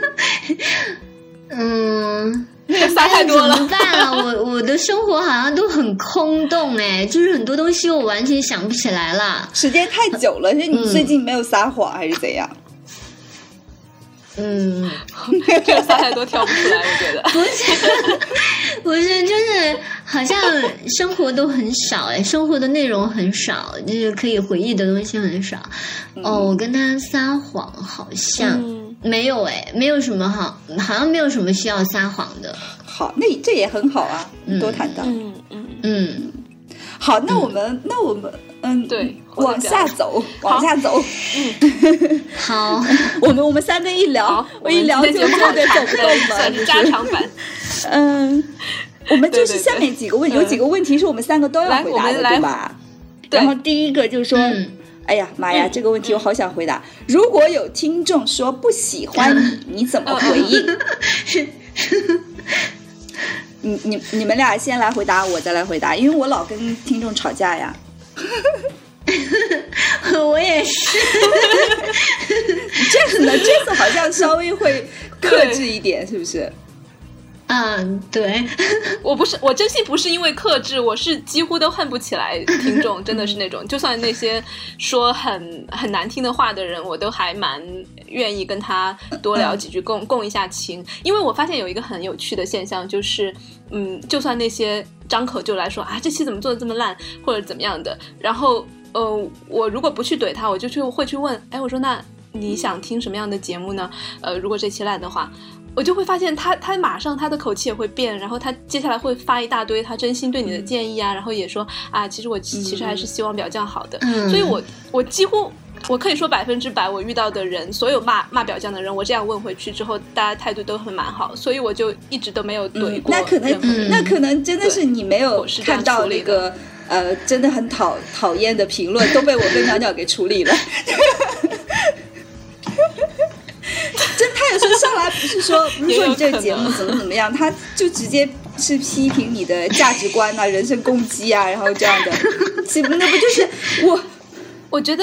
撒太多了， 怎么办啊？我的生活好像都很空洞就是很多东西我完全想不起来了。 时间太久了，所以你最近没有撒谎还是怎样？ 这个撒太多跳不出来，我觉得不是，就是好像生活都很少生活的内容很少，就是可以回忆的东西很少。我跟他撒谎好像没有没有什么好像没有什么需要撒谎的。 好，那这也很好啊，多坦荡。好，那我们对， 往下走。 好， 我们三个一聊，我一聊就有点走不动了， 算是加长版。 我们就是下面几个问题，有几个问题是我们三个都要回答的，对吧？然后第一个就是说，哎呀妈呀，这个问题我好想回答。如果有听众说不喜欢你怎么回应？你们俩先来回答，我再来回答，因为我老跟听众吵架呀。 我也是。 这次呢？这次好像稍微会克制一点，是不是？ 对。 我真心不是因为克制，我是几乎都恨不起来听众，真的是那种，就算那些说很难听的话的人，我都还蛮愿意跟他多聊几句，共一下情。因为我发现有一个很有趣的现象，就是就算那些张口就来说这期怎么做的这么烂，或者怎么样的，然后我如果不去怼他，我就会去问，我说那你想听什么样的节目呢？如果这期烂的话，我就会发现他马上他的口气也会变，然后他接下来会发一大堆他真心对你的建议啊，然后也说其实我其实还是希望表匠好的。所以我几乎我可以说100%我遇到的人，所有骂表匠的人，我这样问回去之后，大家态度都很蛮好，所以我就一直都没有怼过。 那可能真的是你没有看到那个真的很讨厌的评论都被我跟鸟鸟给处理了。他有时候上来不是说你这个节目怎么样，他就直接是批评你的价值观人身攻击然后这样的，那不就是我觉得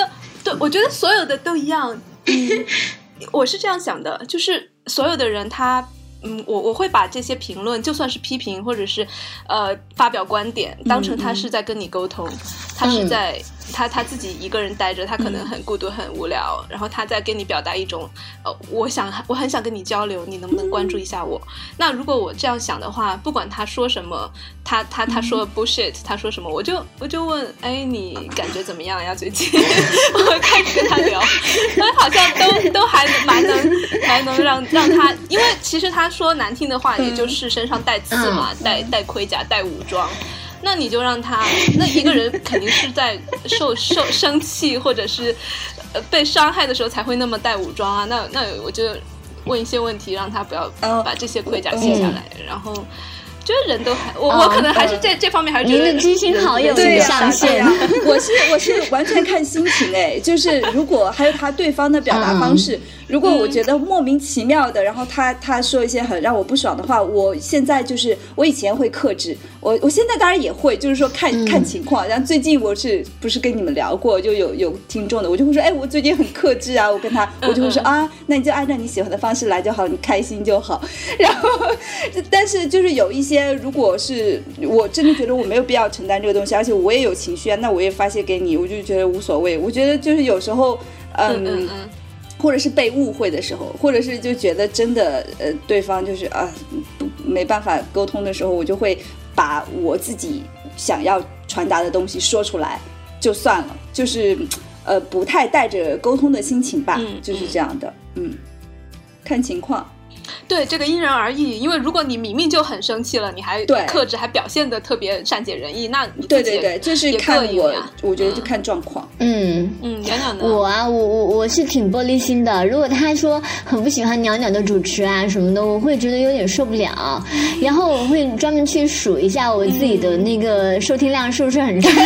对，我觉得所有的都一样。我是这样想的，就是所有的人他。我会把这些评论，就算是批评或者是发表观点，当成他是在跟你沟通，他是在他自己一个人待着，他可能很孤独很无聊，然后他在跟你表达一种我很想跟你交流，你能不能关注一下我？那如果我这样想的话，不管他说什么，他说 bullshit， 他说什么，我就问，哎，你感觉怎么样呀？最近我开始跟他聊，他好像都还蛮能让他，因为其实他说难听的话，也就是身上带刺嘛，带盔甲，带武装。那你就让他，那一个人肯定是在生气或者是被伤害的时候才会那么带武装啊。那我就问一些问题，让他不要把这些盔甲卸下来，然后。就是人都还我可能还是这方面还是觉得您的知心好友的上限。 我是完全看心情哎，就是如果还有他对方的表达方式，如果我觉得莫名其妙的，然后他说一些很让我不爽的话，我现在就是我以前会克制，我现在当然也会，就是说看情况。然后最近我不是跟你们聊过，就有听众的，我就会说，哎，我最近很克制啊，我跟他我就会说啊，那你就按照你喜欢的方式来就好，你开心就好。然后但是就是有一些。如果是我真的觉得我没有必要承担这个东西，而且我也有情绪啊，那我也发泄给你，我就觉得无所谓。我觉得就是有时候或者是被误会的时候，或者是就觉得真的对方就是没办法沟通的时候，我就会把我自己想要传达的东西说出来就算了，就是不太带着沟通的心情吧，就是这样的。看情况。 对，这个因人而异，因为如果你明明就很生气了，你还克制，还表现得特别善解人意，那你自己对，就是看我觉得就看状况。 袅袅呢？ 我是挺玻璃心的。如果他说很不喜欢袅袅的主持啊什么的，我会觉得有点受不了，然后我会专门去数一下我自己的那个收听量是不是很差。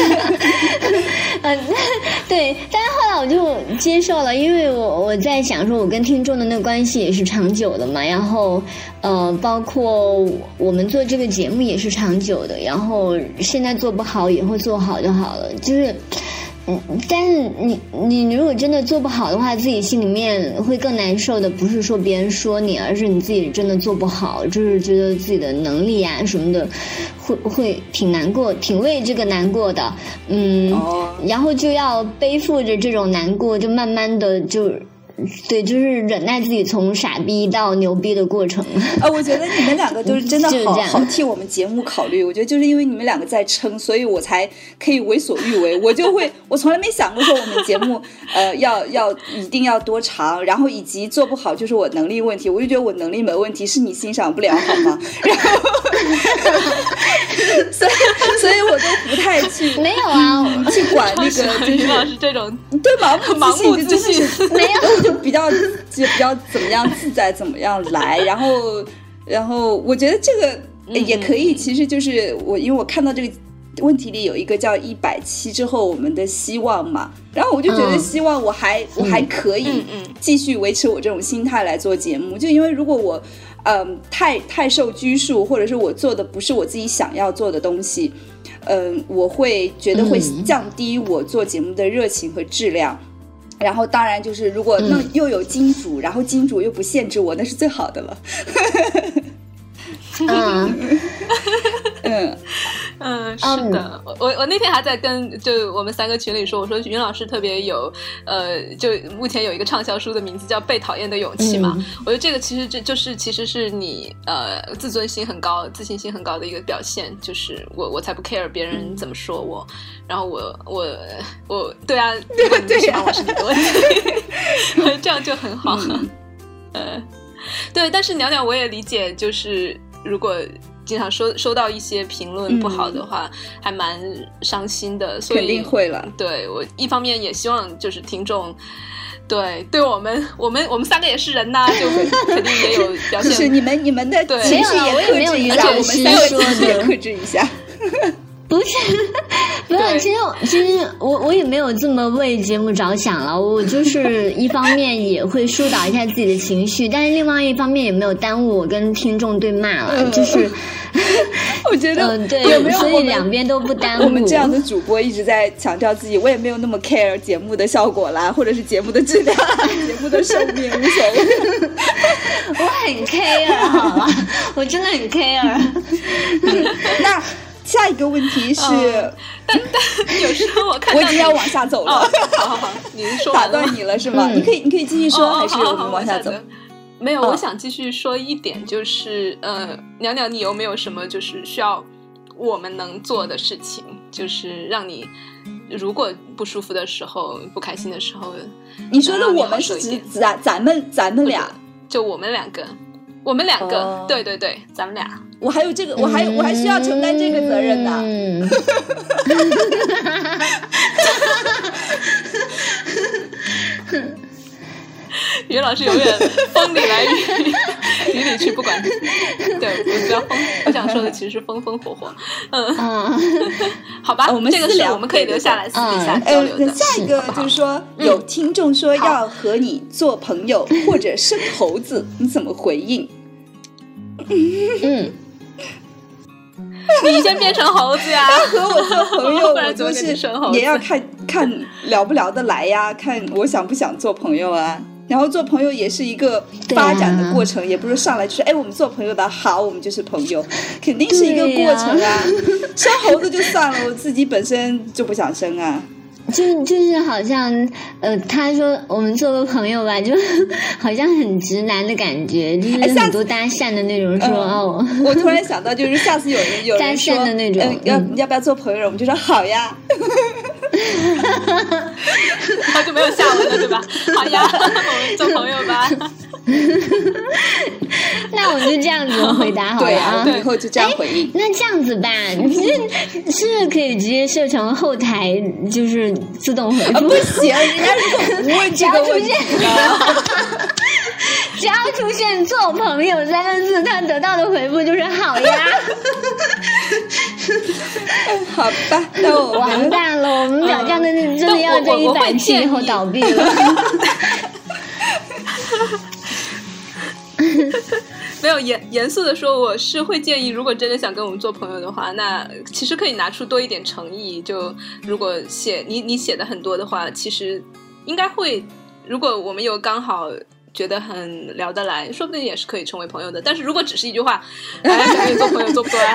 对，但是后来我就接受了，因为我在想说，我跟听众的那个关系也是长久的嘛。然后包括我们做这个节目也是长久的，然后现在做不好以后做好就好了，就是但是你如果真的做不好的话，自己心里面会更难受的，不是说别人说你，而是你自己真的做不好，就是觉得自己的能力啊什么的会挺难过，挺为这个难过的。然后就要背负着这种难过，就慢慢的对，就是忍耐自己从傻逼到牛逼的过程。 我觉得你们两个都是真的好替我们节目考虑。我觉得就是因为你们两个在撑，所以我才可以为所欲为。我从来没想过说我们节目要一定要多长，然后以及做不好就是我能力问题。我就觉得我能力没问题，是你欣赏不了好吗？然后所以我都不太去没有啊去管那个就是于老师这种对盲目自信没有。 就比较怎么样自在怎么样来，然后我觉得这个也可以，其实就是因为我看到这个问题里有一个叫170之后我们的希望嘛，然后我就觉得希望我还可以继续维持我这种心态来做节目，就因为如果我太受拘束，或者是我做的不是我自己想要做的东西，我会觉得会降低我做节目的热情和质量。然后当然就是如果那又有金主，然后金主又不限制我，那是最好的了。 是的，我那天还在跟就我们3个群里说，我说云老师特别有就目前有一个畅销书的名字叫《被讨厌的勇气》嘛，我觉得这个其实是你自尊心很高、自信心很高的一个表现，就是我才不 care 别人怎么说我，然后我对啊，如果你不喜欢我是你的问题，这样就很好。对，但是袅袅我也理解，就是如果经常收到一些评论不好的话，还蛮伤心的，所以肯定会了。 对，我一方面也希望就是听众对我们3个也是人呐，就肯定也有表现。 就是你们的情绪也克制一下，我们3个情绪也克制一下。 不是，其实我也没有这么为节目着想了，我就是一方面也会疏导一下自己的情绪，但是另外一方面也没有耽误我跟听众对骂了，就是我觉得对， 有没有所以两边都不耽误。 我们这样的主播一直在强调自己，我也没有那么 care 节目的效果啦，或者是节目的质量啦，节目的寿命无所谓。 我很 care 好吧，我真的很 care。 那下一个问题是， 但有时候我看到我已经要往下走了。 好，你说打断你了是吗？你可以继续说，还是我们往下走？ 没有，我想继续说一点，就是鸟鸟，你有没有什么就是需要我们能做的事情，就是让你如果不舒服的时候、不开心的时候， 你说的我们是指咱们俩， 就我们两个，对对对，咱们俩。 我还有这个，我还需要承担这个责任的。 于老师永远风里来雨里去，不管。对，我比较风，我想说的其实是风风火火。好吧，这个是我们可以留下来私底下交流的。 下一个就是说，有听众说要和你做朋友或者生猴子，你怎么回应？ 你先变成猴子呀！ 和我做朋友， 不然怎么给你生猴子？ 也要看聊不聊得来呀，看我想不想做朋友啊。然后做朋友也是一个发展的过程，也不是上来就说我们做朋友吧，好，我们就是朋友，肯定是一个过程啊。生猴子就算了，我自己本身就不想生啊。 就是好像他说我们做个朋友吧，就好像很直男的感觉，就是很多搭讪的那种说我突然想到，就是下次有人搭讪的那种， 要不要做朋友？我们就说好呀。 然后就没有下文了，对吧？好呀，我们做朋友吧。 那我就这样子回答好了啊！ 对，以后就这样回应。 那这样子吧，是可以直接设成后台，就是自动回复。 不行，人家如果不问这个问题只要出现做朋友3个字，他得到的回复就是好呀。 好吧，那我完蛋了，我们表酱真的要这100期以后倒闭了。 没有严肃的说，我是会建议，如果真的想跟我们做朋友的话，那其实可以拿出多一点诚意。就如果你写的很多的话，其实应该会，如果我们有刚好觉得很聊得来，说不定也是可以成为朋友的。但是如果只是一句话，想跟你做朋友做不做啊？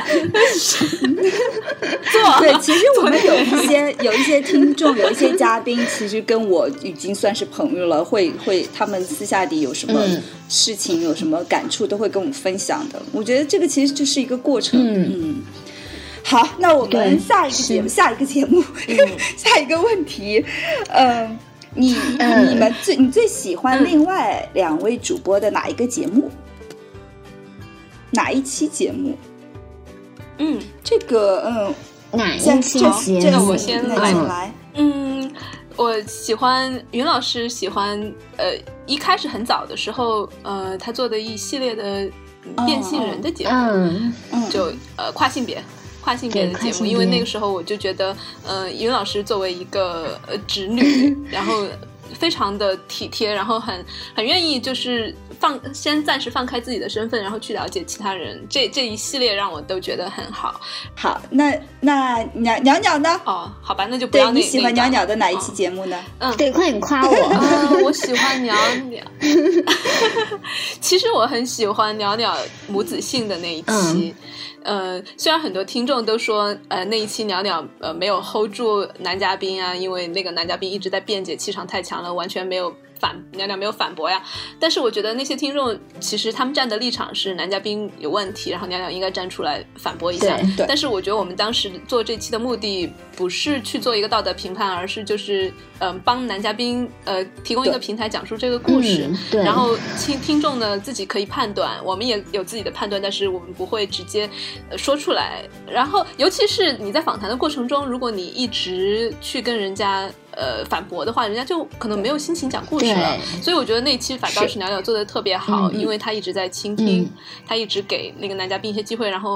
做。 对，其实我们有一些听众，有一些嘉宾，其实跟我已经算是朋友了，会他们私下里有什么事情、有什么感触，都会跟我们分享的。我觉得这个其实就是一个过程。好，那我们下一个节目，下一个问题，你最喜欢另外2位主播的哪一个节目？哪一期节目？这个哪一期节目？ 这个我先来。 我喜欢云老师，喜欢一开始很早的时候，他做的一系列的变性人的节目，就跨性别的节目，因为那个时候我就觉得，云老师作为一个直女，然后非常的体贴，然后很愿意就是先暂时放开自己的身份，然后去了解其他人，这一系列让我都觉得很好。 好，那鸟鸟呢？ 哦，好吧，那就不要对，你喜欢鸟鸟的哪一期节目呢？ 对，快点夸我。 我喜欢鸟鸟。其实我很喜欢鸟鸟母子性的那一期。虽然很多听众都说那一期鸟鸟没有 hold 住男嘉宾啊，因为那个男嘉宾一直在辩解，气场太强了，完全没有鸟鸟没有反驳呀。但是我觉得那些听众其实他们站的立场是男嘉宾有问题，然后鸟鸟应该站出来反驳一下。但是我觉得我们当时做这期的目的不是去做一个道德评判，而是就是帮男嘉宾提供一个平台讲述这个故事，然后听众呢自己可以判断，我们也有自己的判断，但是我们不会直接说出来。然后尤其是你在访谈的过程中，如果你一直去跟人家反驳的话，人家就可能没有心情讲故事了。所以我觉得那一期反倒是鸟鸟做的特别好，因为他一直在倾听，他一直给那个男嘉宾一些机会，然后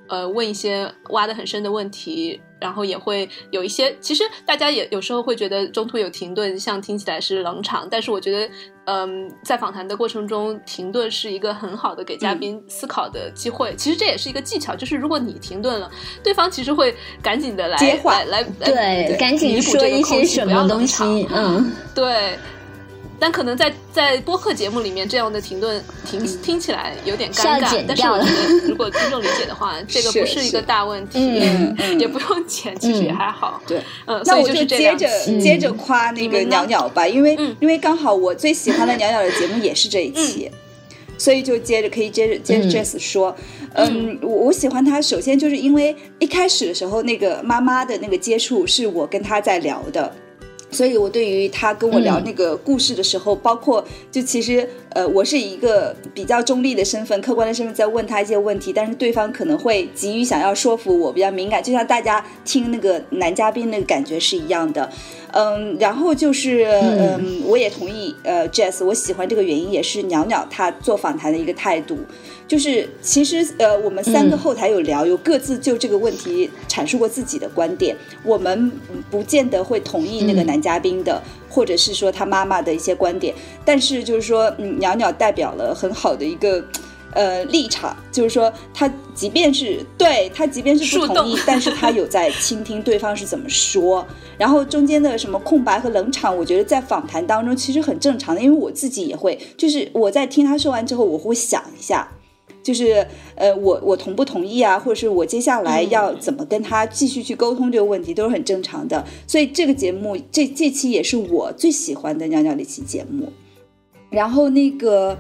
问一些挖得很深的问题，然后也会有一些，其实大家也有时候会觉得中途有停顿，像听起来是冷场，但是我觉得在访谈的过程中停顿是一个很好的给嘉宾思考的机会，其实这也是一个技巧，就是如果你停顿了，对方其实会赶紧的来接话， 对，赶紧说一些什么东西， 对。但可能在播客节目里面，这样的停顿听起来有点尴尬。但是我觉得，如果听众理解的话，这个不是一个大问题，也不用剪，其实也还好。 对， 那我就接着夸那个鸟鸟吧，因为刚好我最喜欢的鸟鸟的节目也是这一期。所以就可以接着 Jess 说，我喜欢他，首先就是因为一开始的时候那个妈妈的那个接触是我跟他在聊的。所以我对于他跟我聊那个故事的时候，包括就其实我是以一个比较中立的身份、客观的身份在问他一些问题，但是对方可能会急于想要说服我，比较敏感，就像大家听那个男嘉宾那个感觉是一样的。然后就是我也同意Jess， 我喜欢这个原因也是鸟鸟他做访谈的一个态度，就是其实我们3个后台有聊，有各自就这个问题阐述过自己的观点，我们不见得会同意那个男嘉宾的，或者是说他妈妈的一些观点，但是就是说鸟鸟代表了很好的一个立场，就是说他即便是不同意，但是他有在倾听对方是怎么说，然后中间的什么空白和冷场，我觉得在访谈当中其实很正常的，因为我自己也会，就是我在听他说完之后，我会想一下，就是我同不同意啊，或者是我接下来要怎么跟他继续去沟通这个问题，都是很正常的。所以这个节目这期也是我最喜欢的鸟鸟的一期节目。然后那个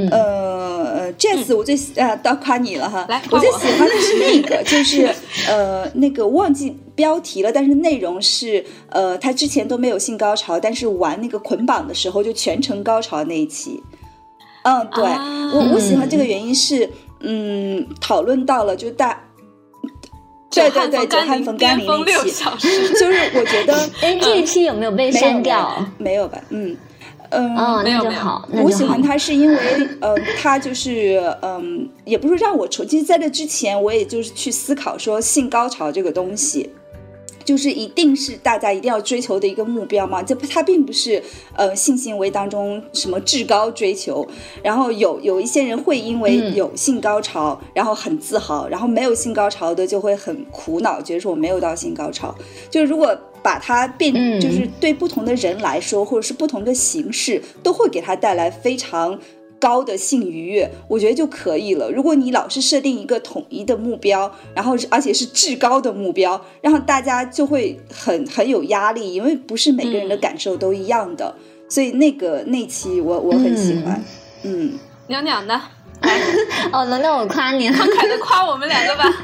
Jess 我最到夸你了哈，我最喜欢的是那个就是那个忘记标题了，但是内容是他之前都没有性高潮，但是玩那个捆绑的时候就全程高潮那一期。对，我喜欢这个原因是讨论到了就对，久旱逢甘霖那期，就是我觉得这一期有没有被删掉？ 没有吧， 那就好。 我喜欢他是因为他就是也不是让我其实在这之前我也就是去思考说性高潮这个东西就是一定是大家一定要追求的一个目标嘛，它并不是性行为当中什么至高追求，然后有一些人会因为有性高潮然后很自豪，然后没有性高潮的就会很苦恼，觉得说我没有到性高潮，就是如果把它就是对不同的人来说或者是不同的形式都会给他带来非常高的性愉悦，我觉得就可以了。如果你老是设定一个统一的目标，然后而且是至高的目标，然后大家就会很有压力，因为不是每个人的感受都一样的，所以那期我很喜欢。 娘娘呢？ 轮到我夸你了， 慷慨的夸我们2个吧。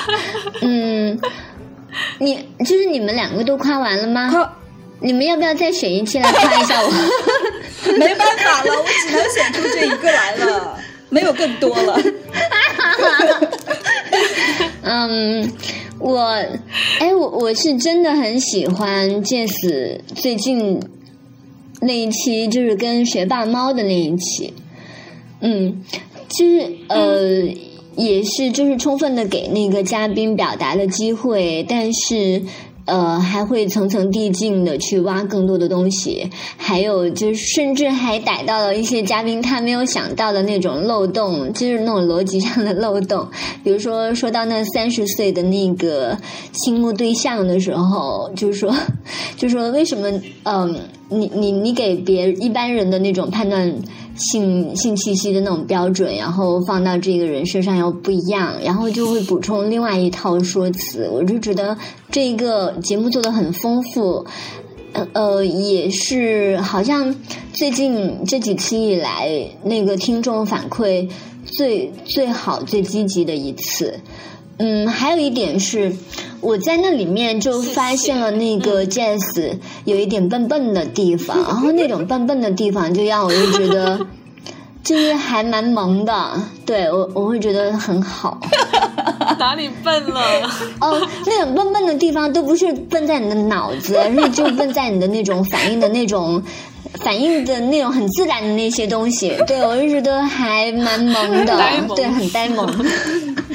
你们2个都夸完了吗？你们要不要再选一期来夸一下我？ 没办法了，我只能选出这一个来了，没有更多了。 我是真的很喜欢 Jess 最近那一期，就是跟学霸猫的那一期。就是也是就是充分的给那个嘉宾表达的机会，但是还会层层递进的去挖更多的东西，还有就是甚至还逮到了一些嘉宾他没有想到的那种漏洞，就是那种逻辑上的漏洞。比如说到那30岁的那个心目对象的时候，就是说为什么你给一般人的那种判断性气息的那种标准，然后放到这个人身上又不一样，然后就会补充另外一套说辞。我就觉得这个节目做得很丰富，也是好像最近这几期以来那个听众反馈最好最积极的一次。还有一点是我在那里面就发现了那个 Jess 有一点笨笨的地方，然后那种笨笨的地方就让我就觉得就是还蛮萌的，对，我会觉得很好。 哪里笨了？ 那种笨笨的地方都不是笨在你的脑子，而是就笨在你的那种反应的那种很自然的那些东西。对，我就觉得还蛮萌的，对，很呆萌。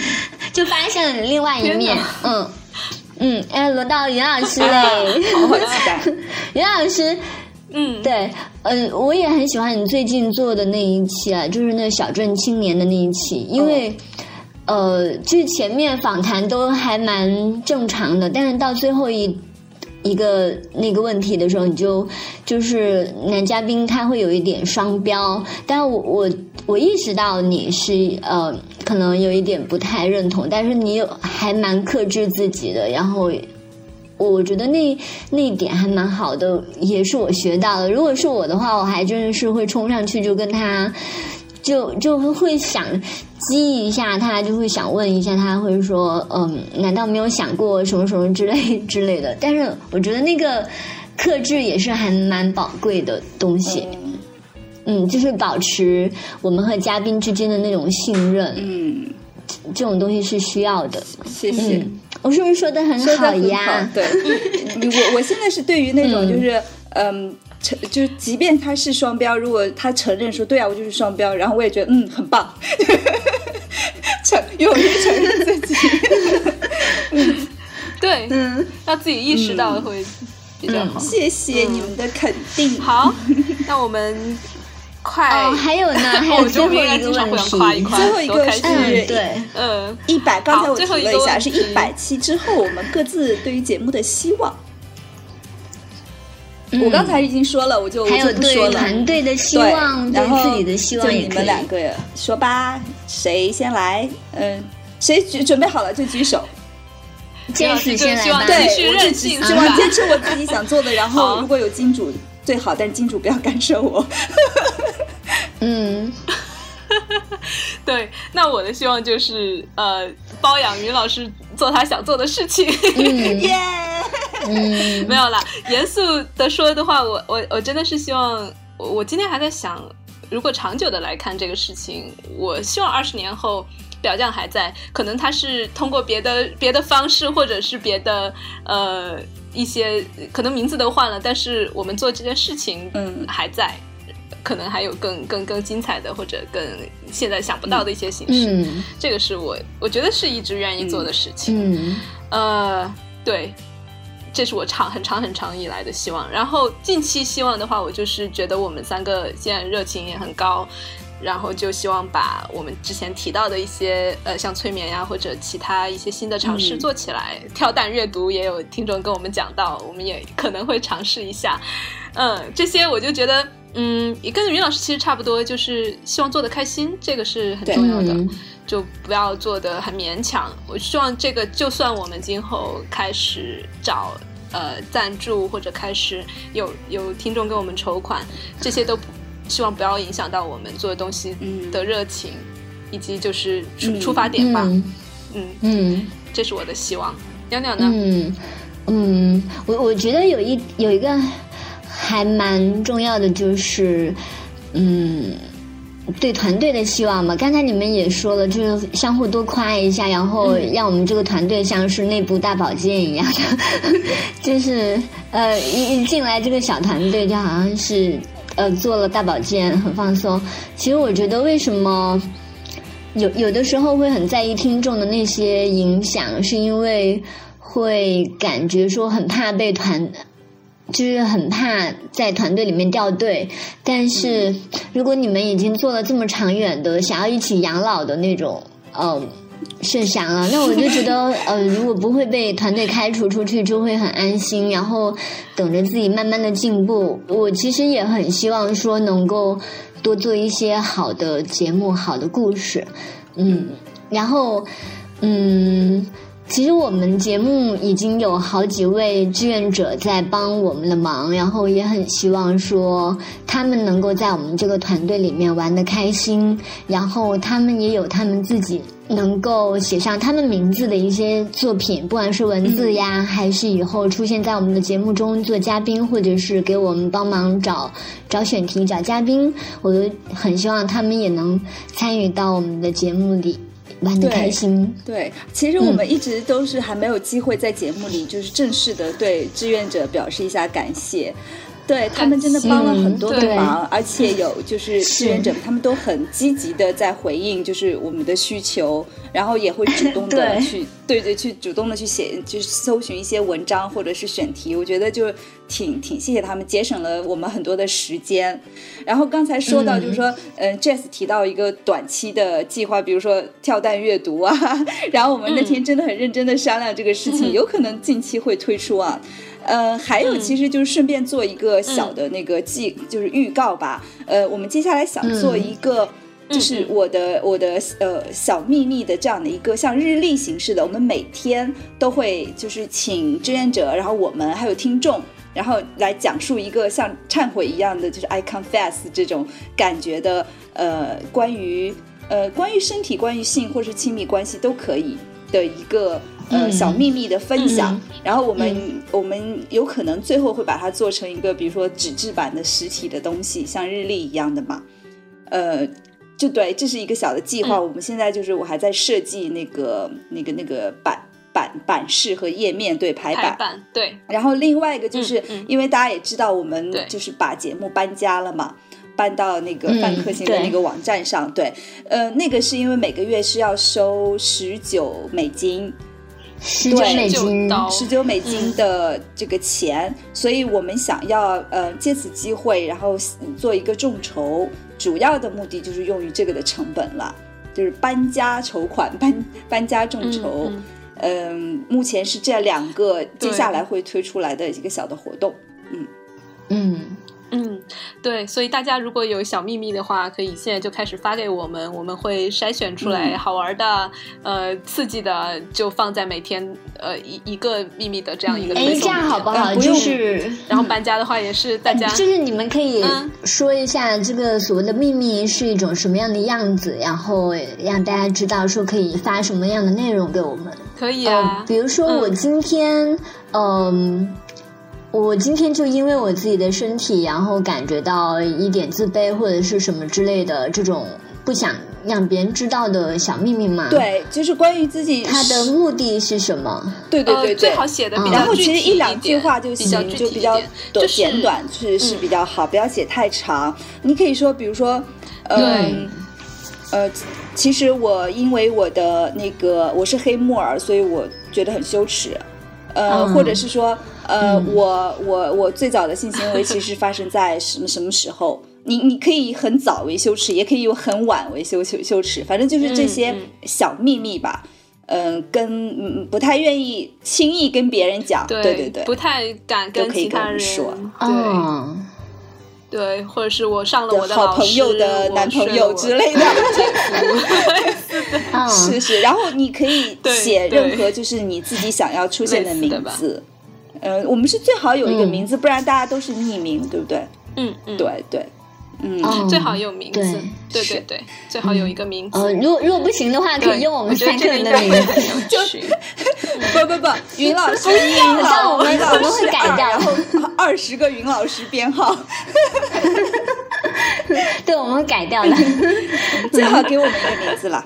就发现了另外一面。轮到袁老师嘞， 好期待。 袁老师，对，我也很喜欢你最近做的那一期啊，就是那小镇青年的那一期，因为。就是前面访谈都还蛮正常的，但是到最后一个那个问题的时候，你就是男嘉宾他会有一点双标，但我意识到你是可能有一点不太认同，但是你还蛮克制自己的，然后我觉得那一点还蛮好的，也是我学到的。如果是我的话，我还真的是会冲上去就跟他就会想激一下他，就会想问一下他，会说难道没有想过什么什么之类的。但是我觉得那个克制也是还蛮宝贵的东西。就是保持我们和嘉宾之间的那种信任。这种东西是需要的。 谢谢。 我是不是说得很好呀？ 对，我现在是对于那种就是就是即便他是双标，如果他承认说对啊我就是双标，然后我也觉得很棒，勇于承认自己。 对，要自己意识到会比较好。 谢谢你们的肯定。 好，那我们还有呢，还有最后一个问题， 最后一个是对 100，刚才我提了一下，是100期之后我们各自对于节目的希望。我刚才已经说了，我就不说了。 还有对团队的希望，对自己的希望也可以。 就你们两个说吧，谁先来？谁准备好了就举手。 坚持先来吧。 对，继续任性， 希望坚持我自己想做的。然后如果有金主最好，但是金主不要干涉我。 对，那我的希望就是包养云老师做他想做的事情。没有啦，严肃的说的话，我真的是希望，我今天还在想，如果长久的来看这个事情，我希望20年后表匠还在，可能他是通过别的方式，或者是别的一些可能名字都换了，但是我们做这件事情还在。可能还有更精彩的，或者更现在想不到的一些形式。这个是我觉得是一直愿意做的事情。对，这是我很长以来的希望。然后近期希望的话，我就是觉得我们3个现在热情也很高，然后就希望把我们之前提到的一些像催眠呀，或者其他一些新的尝试做起来。跳蛋阅读也有听众跟我们讲到，我们也可能会尝试一下。这些我就觉得也跟云老师其实差不多，就是希望做得开心，这个是很重要的。就不要做得很勉强。我希望这个就算我们今后开始找赞助，或者开始有听众给我们筹款，这些都希望不要影响到我们做的东西的热情，以及就是出发点吧。这是我的希望。袅袅呢？ 我觉得有一个还蛮重要的，就是对团队的希望嘛。刚才你们也说了，就是相互多夸一下，然后让我们这个团队像是内部大保健一样的，就是一进来这个小团队就好像是做了大保健，很放松。其实我觉得为什么有的时候会很在意听众的那些影响，是因为会感觉说很怕被就是很怕在团队里面掉队。但是如果你们已经做了这么长远的想要一起养老的那种设想了，那我就觉得如果不会被团队开除出去，就会很安心，然后等着自己慢慢的进步。我其实也很希望说能够多做一些好的节目，好的故事。然后其实我们节目已经有好几位志愿者在帮我们的忙，然后也很希望说他们能够在我们这个团队里面玩得开心，然后他们也有他们自己能够写上他们名字的一些作品，不管是文字呀，还是以后出现在我们的节目中做嘉宾，或者是给我们帮忙找选题、找嘉宾，我都很希望他们也能参与到我们的节目里玩得开心。 对，其实我们一直都是还没有机会在节目里就是正式的对志愿者表示一下感谢。 对他们真的帮了很多的忙，而且有就是志愿者他们都很积极的在回应就是我们的需求，然后也会主动的去去主动的去写，就是搜寻一些文章或者是选题，我觉得就挺谢谢他们，节省了我们很多的时间。然后刚才说到就是说Jess 提到一个短期的计划，比如说跳蛋阅读啊，然后我们那天真的很认真的商量这个事情，有可能近期会推出啊。还有其实就是顺便做一个小的那个就是预告吧。我们接下来想做一个就是我的小秘密的这样的一个像日历形式的，我们每天都会就是请志愿者，然后我们还有听众，然后来讲述一个像忏悔一样的就是 I confess 这种感觉的关于身体关于性或是亲密关系都可以的一个小秘密的分享，然后我们有可能最后会把它做成一个比如说纸质版的实体的东西，像日历一样的嘛。就对，这是一个小的计划。我们现在就是我还在设计那个版式和页面，对，排版对。 然后另外一个就是因为大家也知道我们就是把节目搬家了嘛，搬到那个泛客星的那个网站上，对，那个是因为每个月是要收$19 19美金的这个钱，所以我们想要借此机会然后做一个众筹，主要的目的就是用于这个的成本了，就是搬家筹款，搬家众筹。目前是这两个接下来会推出来的一个小的活动。 对，所以大家如果有小秘密的话，可以现在就开始发给我们，我们会筛选出来好玩的刺激的，就放在每天一个秘密的这样一个推送。 这样好不好？就是然后搬家的话也是大家就是你们可以说一下这个所谓的秘密是一种什么样的样子，然后让大家知道说可以发什么样的内容给我们。 可以啊， 比如说我今天我今天就因为我自己的身体，然后感觉到一点自卑或者是什么之类的这种不想让别人知道的小秘密嘛。 对，就是关于自己它的目的是什么？ 对， 最好写的比较具体一点， 然后其实1-2句话就行，就比较简短是比较好，不要写太长。你可以说比如说其实我因为我的那个我是黑木耳，所以我觉得很羞耻。或者是说我最早的性行为其实发生在什么时候，你可以很早为羞耻，也可以有很晚为羞耻，反正就是这些小秘密吧。跟不太愿意轻易跟别人讲，对， 不太敢跟其他人说， 对，或者是我上了我的好朋友的男朋友之类的，是，然后你可以写任何就是你自己想要出现的名字，我们是最好有一个名字，不然大家都是匿名，对不对？对。 最好有名字，对，最好有一个名字。 如果不行的话，可以用我们3个人的名字。 不，云老师， 我们会改掉， 然后20个云老师编号。 对，我们会改掉的。 最好给我们一个名字了，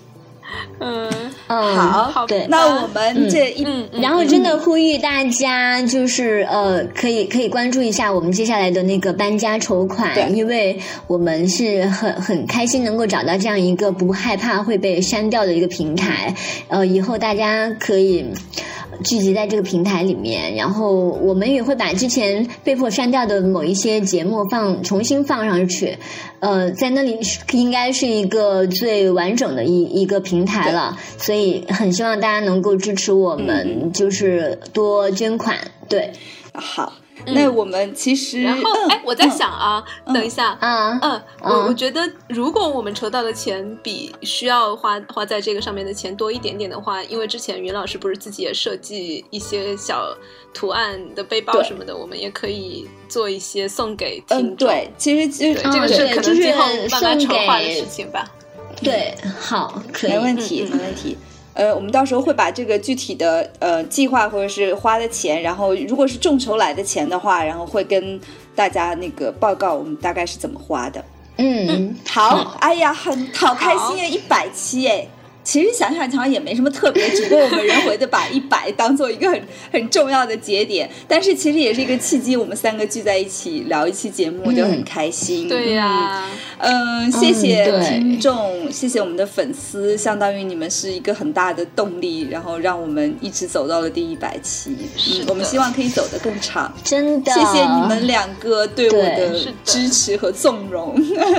好， 对， 那我们然后真的呼吁大家，就是可以关注一下我们接下来的那个搬家筹款，因为我们是很开心能够找到这样一个不害怕会被删掉的一个平台，以后大家可以聚集在这个平台里面，然后我们也会把之前被迫删掉的某一些节目重新放上去，在那里应该是一个最完整的一个平台了，所以很希望大家能够支持我们，就是多捐款。对， 好。那我们其实然后我在想啊，等一下我觉得如果我们筹到的钱比需要花在这个上面的钱多一点点的话，因为之前云老师不是自己也设计一些小图案的背包什么的，我们也可以做一些送给听众。 对，其实这个是可能今后慢慢筹划的事情吧。 对，好，可以， 没问题。我们到时候会把这个具体的计划或者是花的钱，然后如果是众筹来的钱的话，然后会跟大家那个报告我们大概是怎么花的。好，哎呀，好开心啊，100期哎。 其实想想好像也没什么特别，只不过我们人为的把100当做一个很重要的节点，但是其实也是一个契机，我们3个聚在一起聊一期节目，就很开心。 对呀， 谢谢听众，谢谢我们的粉丝，相当于你们是一个很大的动力，然后让我们一直走到了第100期。我们希望可以走得更长。 真的， 谢谢你们2个对我的支持和纵容。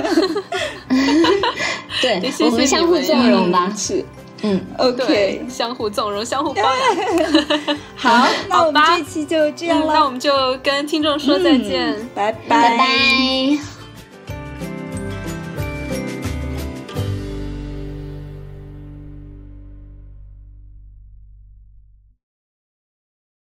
对，我们相互纵容吧。 是 ，OK， 相互纵容，相互包养。 好，那我们这期就这样了。 那我们就跟听众说再见， 拜拜拜。